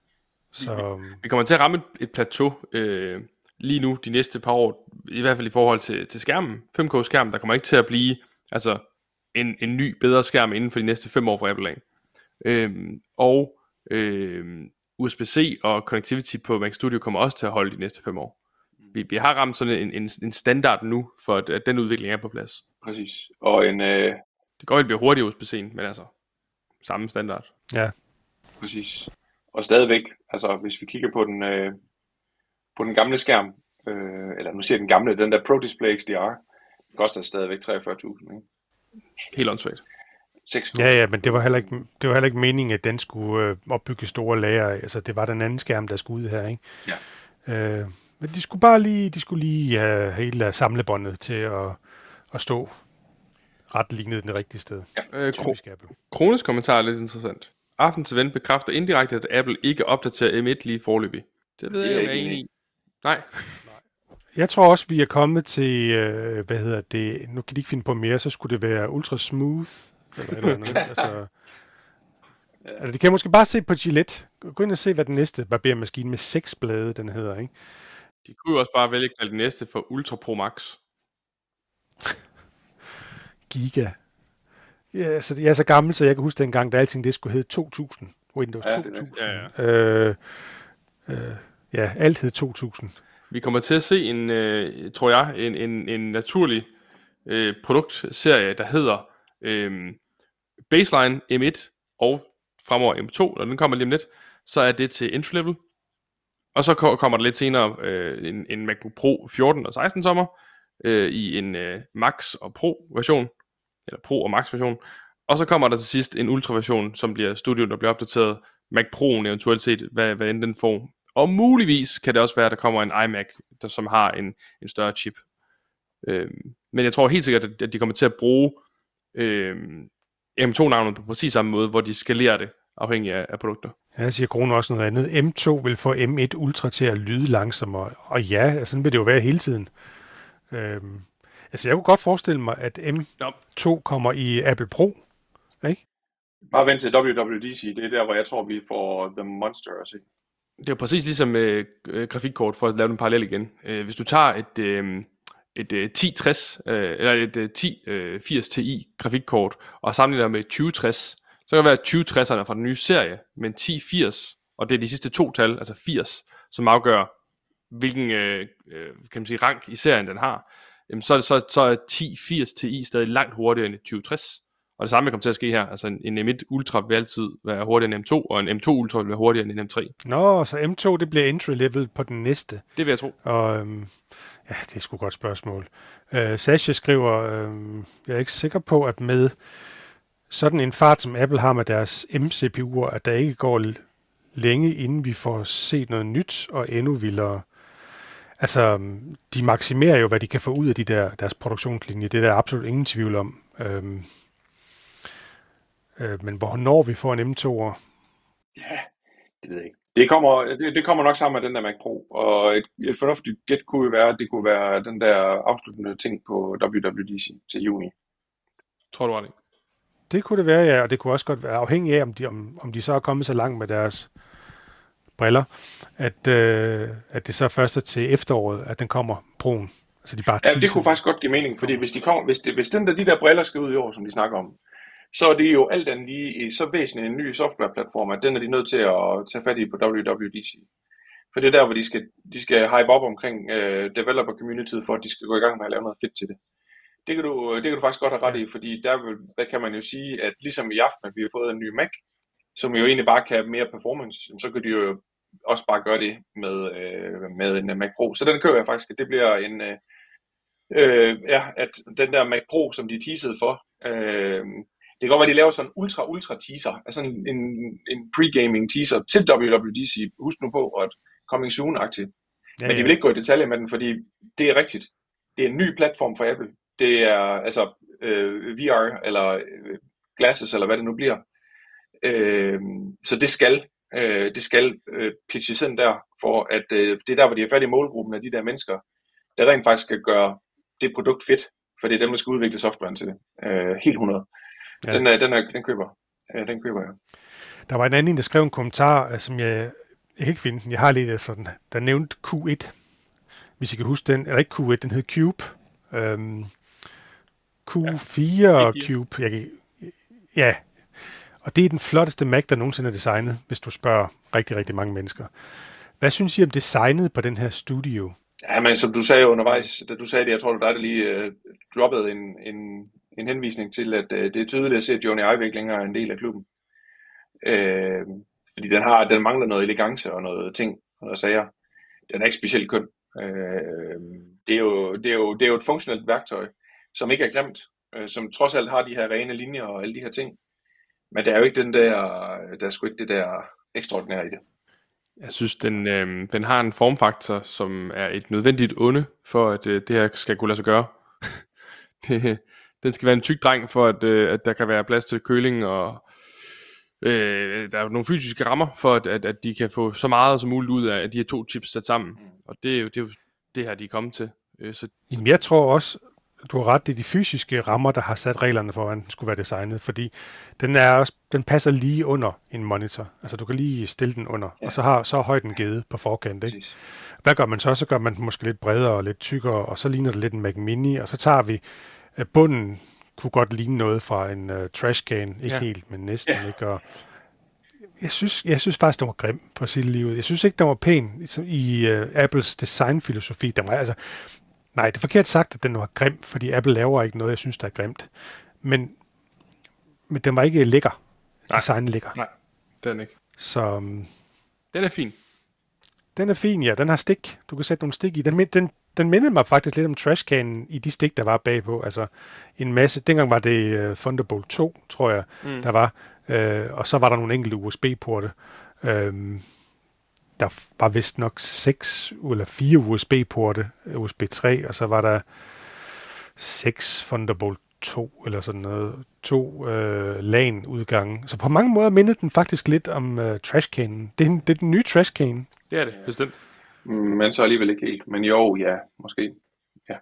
Så um, Vi kommer til at ramme et, et plateau øh, lige nu, de næste par år, i hvert fald i forhold til, til skærmen. fem K-skærmen, der kommer ikke til at blive altså, en, en ny, bedre skærm inden for de næste fem år fra Apple af. Øhm, og øhm, U S B-C og connectivity på Mac Studio kommer også til at holde de næste fem år. Vi, vi har ramt sådan en, en, en standard nu, for at, at den udvikling er på plads. Præcis. Og en, øh, Det går ikke, det bliver hurtigere U S B-C'en, men altså samme standard. ja, præcis. Og stadigvæk, altså hvis vi kigger på den, øh, på den gamle skærm, øh, eller nu siger jeg den gamle, den der Pro Display X D R, den koster stadigvæk treogfyrre tusind, ikke? Helt åndssvagt. seks ja, ja, men det var heller ikke, det var heller ikke meningen, at den skulle øh, opbygge store lager. Altså, det var den anden skærm, der skulle ud her, ikke? Ja. Øh, men de skulle bare lige, de skulle lige have hele samlebåndet til at, at stå ret lignet den rigtige sted. Øh, Kro- Typisk Apple. Krones kommentar er lidt interessant. Aftens event bekræfter indirekte, at Apple ikke opdaterer M et lige forløbig. Det ved Det er jeg ikke, om jeg er ikke enig i. Nej. Jeg tror også, vi er kommet til, øh, hvad hedder det, nu kan de ikke finde på mere, så skulle det være ultra smooth, eller et eller andet. altså, altså, de kan måske bare se på Gillette. Gå ind og se, hvad den næste barbermaskine med seks blade, den hedder, ikke? De kunne jo også bare vælge at kalde den næste for Ultra Pro Max. Giga. Ja, altså, jeg er så gammel, så jeg kan huske dengang, da alting det skulle hedde to tusind. Windows Ja, det er to tusind. Ja, ja. Øh, øh, ja, alt hed to tusind. Vi kommer til at se en, øh, tror jeg, en, en, en naturlig øh, produktserie, der hedder øh, Baseline M et og fremover M to, når den kommer lige om lidt, så er det til entry level. Og så ko- kommer der lidt senere øh, en, en MacBook Pro fjorten og seksten tommer øh, i en øh, Max og Pro version, eller Pro og Max version. Og så kommer der til sidst en Ultra version, som bliver studio, der bliver opdateret. Mac Pro'en eventuelt set, hvad, hvad end den får. Og muligvis kan det også være, at der kommer en iMac, der, som har en, en større chip. Øhm, men jeg tror helt sikkert, at de kommer til at bruge øhm, M to-navnet på præcis samme måde, hvor de skalerer det, afhængig af, af produkter. Ja, siger Krono også noget andet. M to vil få M et Ultra til at lyde langsommere. Og ja, altså, sådan vil det jo være hele tiden. Øhm, altså, jeg kunne godt forestille mig, at M to kommer i Apple Pro. Ikke? Bare vent til W W D C, det er der, hvor jeg tror, vi får The Monster at se. Det er jo præcis ligesom øh, øh, grafikkort, for at lave den parallel igen. Øh, hvis du tager et, øh, et øh, ti tres, øh, eller et øh, ti firs Ti grafikkort, og sammenligner med tyve tres, så kan det være tyve tresserne fra den nye serie, men ti firs, og det er de sidste to tal, altså firs, som afgør, hvilken øh, øh, kan man sige, rank i serien den har. Jamen, så, er det, så, så er ti firs Ti stadig langt hurtigere end et tyve tres. Og det samme vil komme til at ske her. Altså en, en M et Ultra vil altid være hurtigere end M to, og en M to Ultra vil være hurtigere end en M tre. Nå, så M to det bliver entry level på den næste. Det vil jeg tro. Og øhm, ja, det er sgu godt spørgsmål. Øh, Sasha skriver, øhm, jeg er ikke sikker på, at med sådan en fart, som Apple har med deres M-C P U'er, at der ikke går l- længe, inden vi får set noget nyt og endnu vildere. Altså, de maksimerer jo, hvad de kan få ud af de der, deres produktionslinje. Det er der absolut ingen tvivl om. Øhm, øh, men hvornår vi får en M to'er? Ja, det ved jeg ikke. Det kommer, det, det kommer nok sammen med den der Mac Pro, og et, et fornuftigt gæt kunne jo være, at det kunne være den der afsluttende ting på W W D C til juni. Tror du ret i? Det kunne det være, ja, og det kunne også godt være afhængigt af, om de, om, om de så er kommet så langt med deres briller, at, øh, at det så først er til efteråret, at den kommer, Pro'en. Så de bare Ja, det kunne faktisk godt give mening, fordi hvis, de kommer, hvis, det, hvis den der, de der briller skal ud i år, som de snakker om, så er det jo alt andet lige i så væsentlig en ny softwareplatform, at den er de nødt til at tage fat i på W W D C. For det er der, hvor de skal, de skal hype op omkring uh, developer community, for at de skal gå i gang med at lave noget fedt til det. Det kan, du, det kan du faktisk godt have ret i, fordi der, der kan man jo sige, at ligesom i aften, at vi har fået en ny Mac, som jo egentlig bare kan have mere performance, så kan de jo også bare gøre det med, øh, med en Mac Pro. Så den kører jeg faktisk, at det bliver en, øh, ja, at den der Mac Pro, som de teasede for, øh, det kan godt være, at de laver sådan en ultra, ultra teaser, altså en, en, en pre-gaming teaser til W W D C, husk nu på, og et coming soon-aktigt. Ja, men de vil ikke gå i detaljer med den, fordi det er rigtigt. Det er en ny platform for Apple. Det er altså øh, V R, eller øh, glasses, eller hvad det nu bliver. Øh, så det skal, øh, det skal øh, pitches ind der, for at øh, det er der, hvor de er fat i målgruppen af de der mennesker, der rent faktisk skal gøre det produkt fedt, for det er dem, der skal udvikle softwaren til det. Øh, helt hundrede. Ja. Den, den, er, den, køber, øh, den køber jeg. Der var en anden, der skrev en kommentar, som jeg, jeg kan ikke finde den. Jeg har lidt efter den. Der nævnte Q et. Hvis I kan huske den. Eller ikke Q et, den hed Cube. Øhm, Q fire ja, og Cube. Jeg kan, ja, og det er den flotteste Mac, der nogensinde er designet, hvis du spørger rigtig, rigtig mange mennesker. Hvad synes I om designet på den her Studio? Ja, men som du sagde undervejs, da du sagde det, jeg tror, du der lige uh, droppede en, en, en henvisning til, at uh, det er tydeligt at se, at Jony Ive ikke længere er en del af klubben. Uh, fordi den har, den mangler noget elegance og noget ting, og noget sager. Den er ikke specielt køn. Uh, det, er jo, det, er jo, det er jo et funktionelt værktøj, som ikke er grimt, uh, som trods alt har de her rene linjer og alle de her ting. Men det er jo ikke den der, der er sgu ikke det der ekstraordinære i det. Jeg synes, den, øh, den har en formfaktor, som er et nødvendigt onde, for at øh, det her skal kunne lade sig gøre. det, den skal være en tyk dreng, for at, øh, at der kan være plads til køling, og øh, der er nogle fysiske rammer, for at, at, at de kan få så meget som muligt ud af de her to chips sat sammen. Og det er jo det, er jo det her, de er kommet til. Øh, så, Jamen, jeg tror også, du har ret, det er de fysiske rammer, der har sat reglerne for, hvordan den skulle være designet, fordi den er også, den passer lige under en monitor. Altså, du kan lige stille den under, ja. Og så har så er højden givet på forkant, ikke? Hvad gør man så? Så gør man den måske lidt bredere og lidt tykkere, og så ligner det lidt en Mac Mini, og så tager vi uh, bunden, kunne godt ligne noget fra en uh, trashcan, ikke ja. helt, men næsten, ja. ikke? Og jeg synes, jeg synes faktisk, den var grim på sit liv. Jeg synes ikke, den var pæn i uh, Apples designfilosofi. Den var altså Nej, det er forkert sagt, at den var grim, fordi Apple laver ikke noget, jeg synes, der er grimt. Men, men den var ikke lækker. Designen lækker. Nej, den ikke. Så, den er fin. Den er fin, ja. Den har stik. Du kan sætte nogle stik i. Den, den, den mindede mig faktisk lidt om trashcanen i de stik, der var bagpå. Altså en masse. Dengang var det uh, Thunderbolt to, tror jeg, mm. der var. Uh, og så var der nogle enkelte U S B-porte. Uh, Der var vist nok seks eller fire U S B-porte, U S B tre, og så var der seks Thunderbolt to eller sådan noget, to øh, LAN-udgange. Så på mange måder mindede den faktisk lidt om øh, trashcanen. Det er, det er den nye trashcan. Det er det, bestemt. Men så alligevel ikke helt. Men jo, ja, måske. Ja.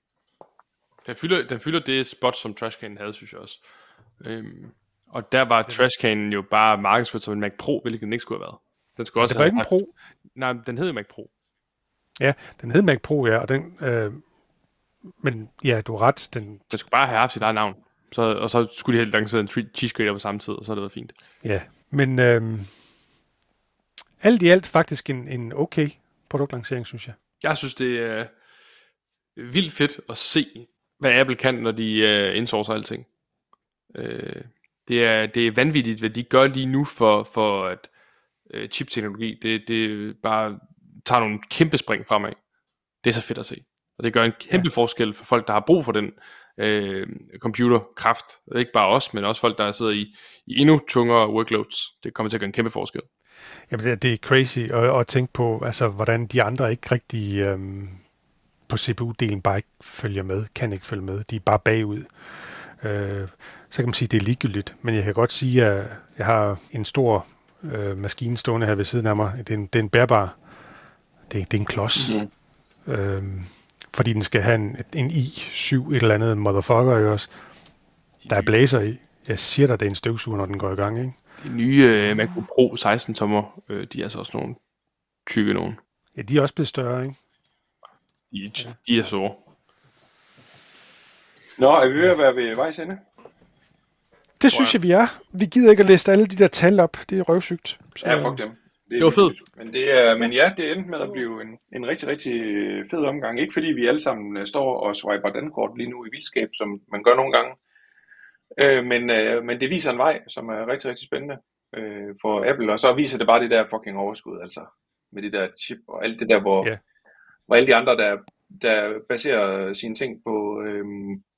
Den fylder, den fylder det spot, som trashcanen havde, synes jeg også. Øhm, og der var trashcanen jo bare markedsført som en Mac Pro, hvilket den ikke skulle have været. Den skulle så også det var ikke en Pro? Nej, den hed jo Mac Pro. Ja, den hed Mac Pro, ja, og den, øh, men ja, du har ret. Den, den skulle bare have haft sit eget navn, så, og så skulle de helt lanceret en cheese grater på samme tid, og så havde det været fint. Ja, men øh, alt i alt faktisk en, en okay produktlancering, synes jeg. Jeg synes, det er vildt fedt at se, hvad Apple kan, når de uh, indsourcer alting. Uh, det, er, det er vanvittigt, hvad de gør lige nu for, for at chip-teknologi, det, det bare tager nogle kæmpe spring fremad. Det er så fedt at se. Og det gør en kæmpe ja. forskel for folk, der har brug for den øh, computerkraft. Ikke bare os, men også folk, der sidder i, i endnu tungere workloads. Det kommer til at gøre en kæmpe forskel. Jamen, det, det er crazy at, at tænke på, altså, hvordan de andre ikke rigtig øhm, på C P U-delen bare ikke følger med, kan ikke følge med. De er bare bagud. Øh, så kan man sige, at det er ligegyldigt. Men jeg kan godt sige, at jeg har en stor Øh, maskinen stående her ved siden af mig. Det er en, det er en bærbar. Det, det er en klods. Mm. Øhm, fordi den skal have en, en i syv et eller andet motherfucker jo også. Der er blæser i. Jeg siger dig, det er en støvsuger, når den går i gang, ikke? De nye uh, MacBook Pro seksten tommer, øh, de er altså også nogle tykke nogen. Ja, de er også blevet større, ikke? De, ja. de er store. Nå, er vi ved at være ved vejs ende? Det synes jeg, vi er. Vi gider ikke at læse alle de der tal op. Det er røvsygt. Så, ja, fuck dem. Det, det var fedt. Men, det er, men ja, det endte med at blive en, en rigtig, rigtig fed omgang. Ikke fordi vi alle sammen står og swiper dankort lige nu i vildskab, som man gør nogle gange. Øh, men, øh, men det viser en vej, som er rigtig, rigtig spændende øh, for Apple. Og så viser det bare det der fucking overskud, altså. Med det der chip og alt det der, hvor, Ja. hvor alle de andre, der, der baserer sine ting på øh,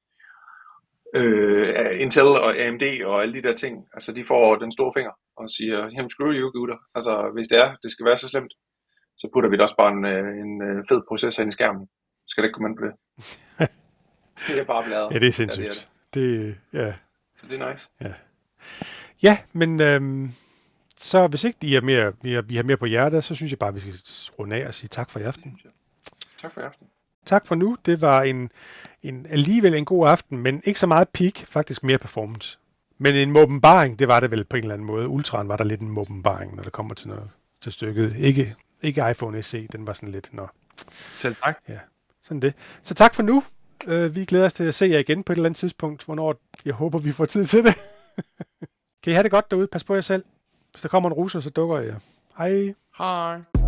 øh, Intel og A M D og alle de der ting, altså de får den store finger og siger, jamen screw you, gutter. Altså hvis det er, det skal være så slemt, så putter vi da også bare en, en fed processor ind i skærmen. Skal det ikke komme ind på det? Det er bare bladet. Ja, det er sindssygt. Ja, det er det. Det, ja. Så det er nice. Ja, ja men øhm, så hvis ikke de er mere, vi, har, vi har mere på hjertet, så synes jeg bare, vi skal runde af og sige tak for i aften. Tak for i aften. Tak for nu. Det var en, en alligevel en god aften, men ikke så meget peak, faktisk mere performance. Men en åbenbaring, det var det vel på en eller anden måde. Ultraen var der lidt en åbenbaring, når det kommer til noget til stykket. Ikke, ikke iPhone S E, den var sådan lidt, nå. Selv tak. Ja, sådan det. Så tak for nu. Uh, vi glæder os til at se jer igen på et eller andet tidspunkt, hvornår jeg håber, vi får tid til det. Kan I have det godt derude? Pas på jer selv. Hvis der kommer en russer, så dukker jeg. Hej. Hej.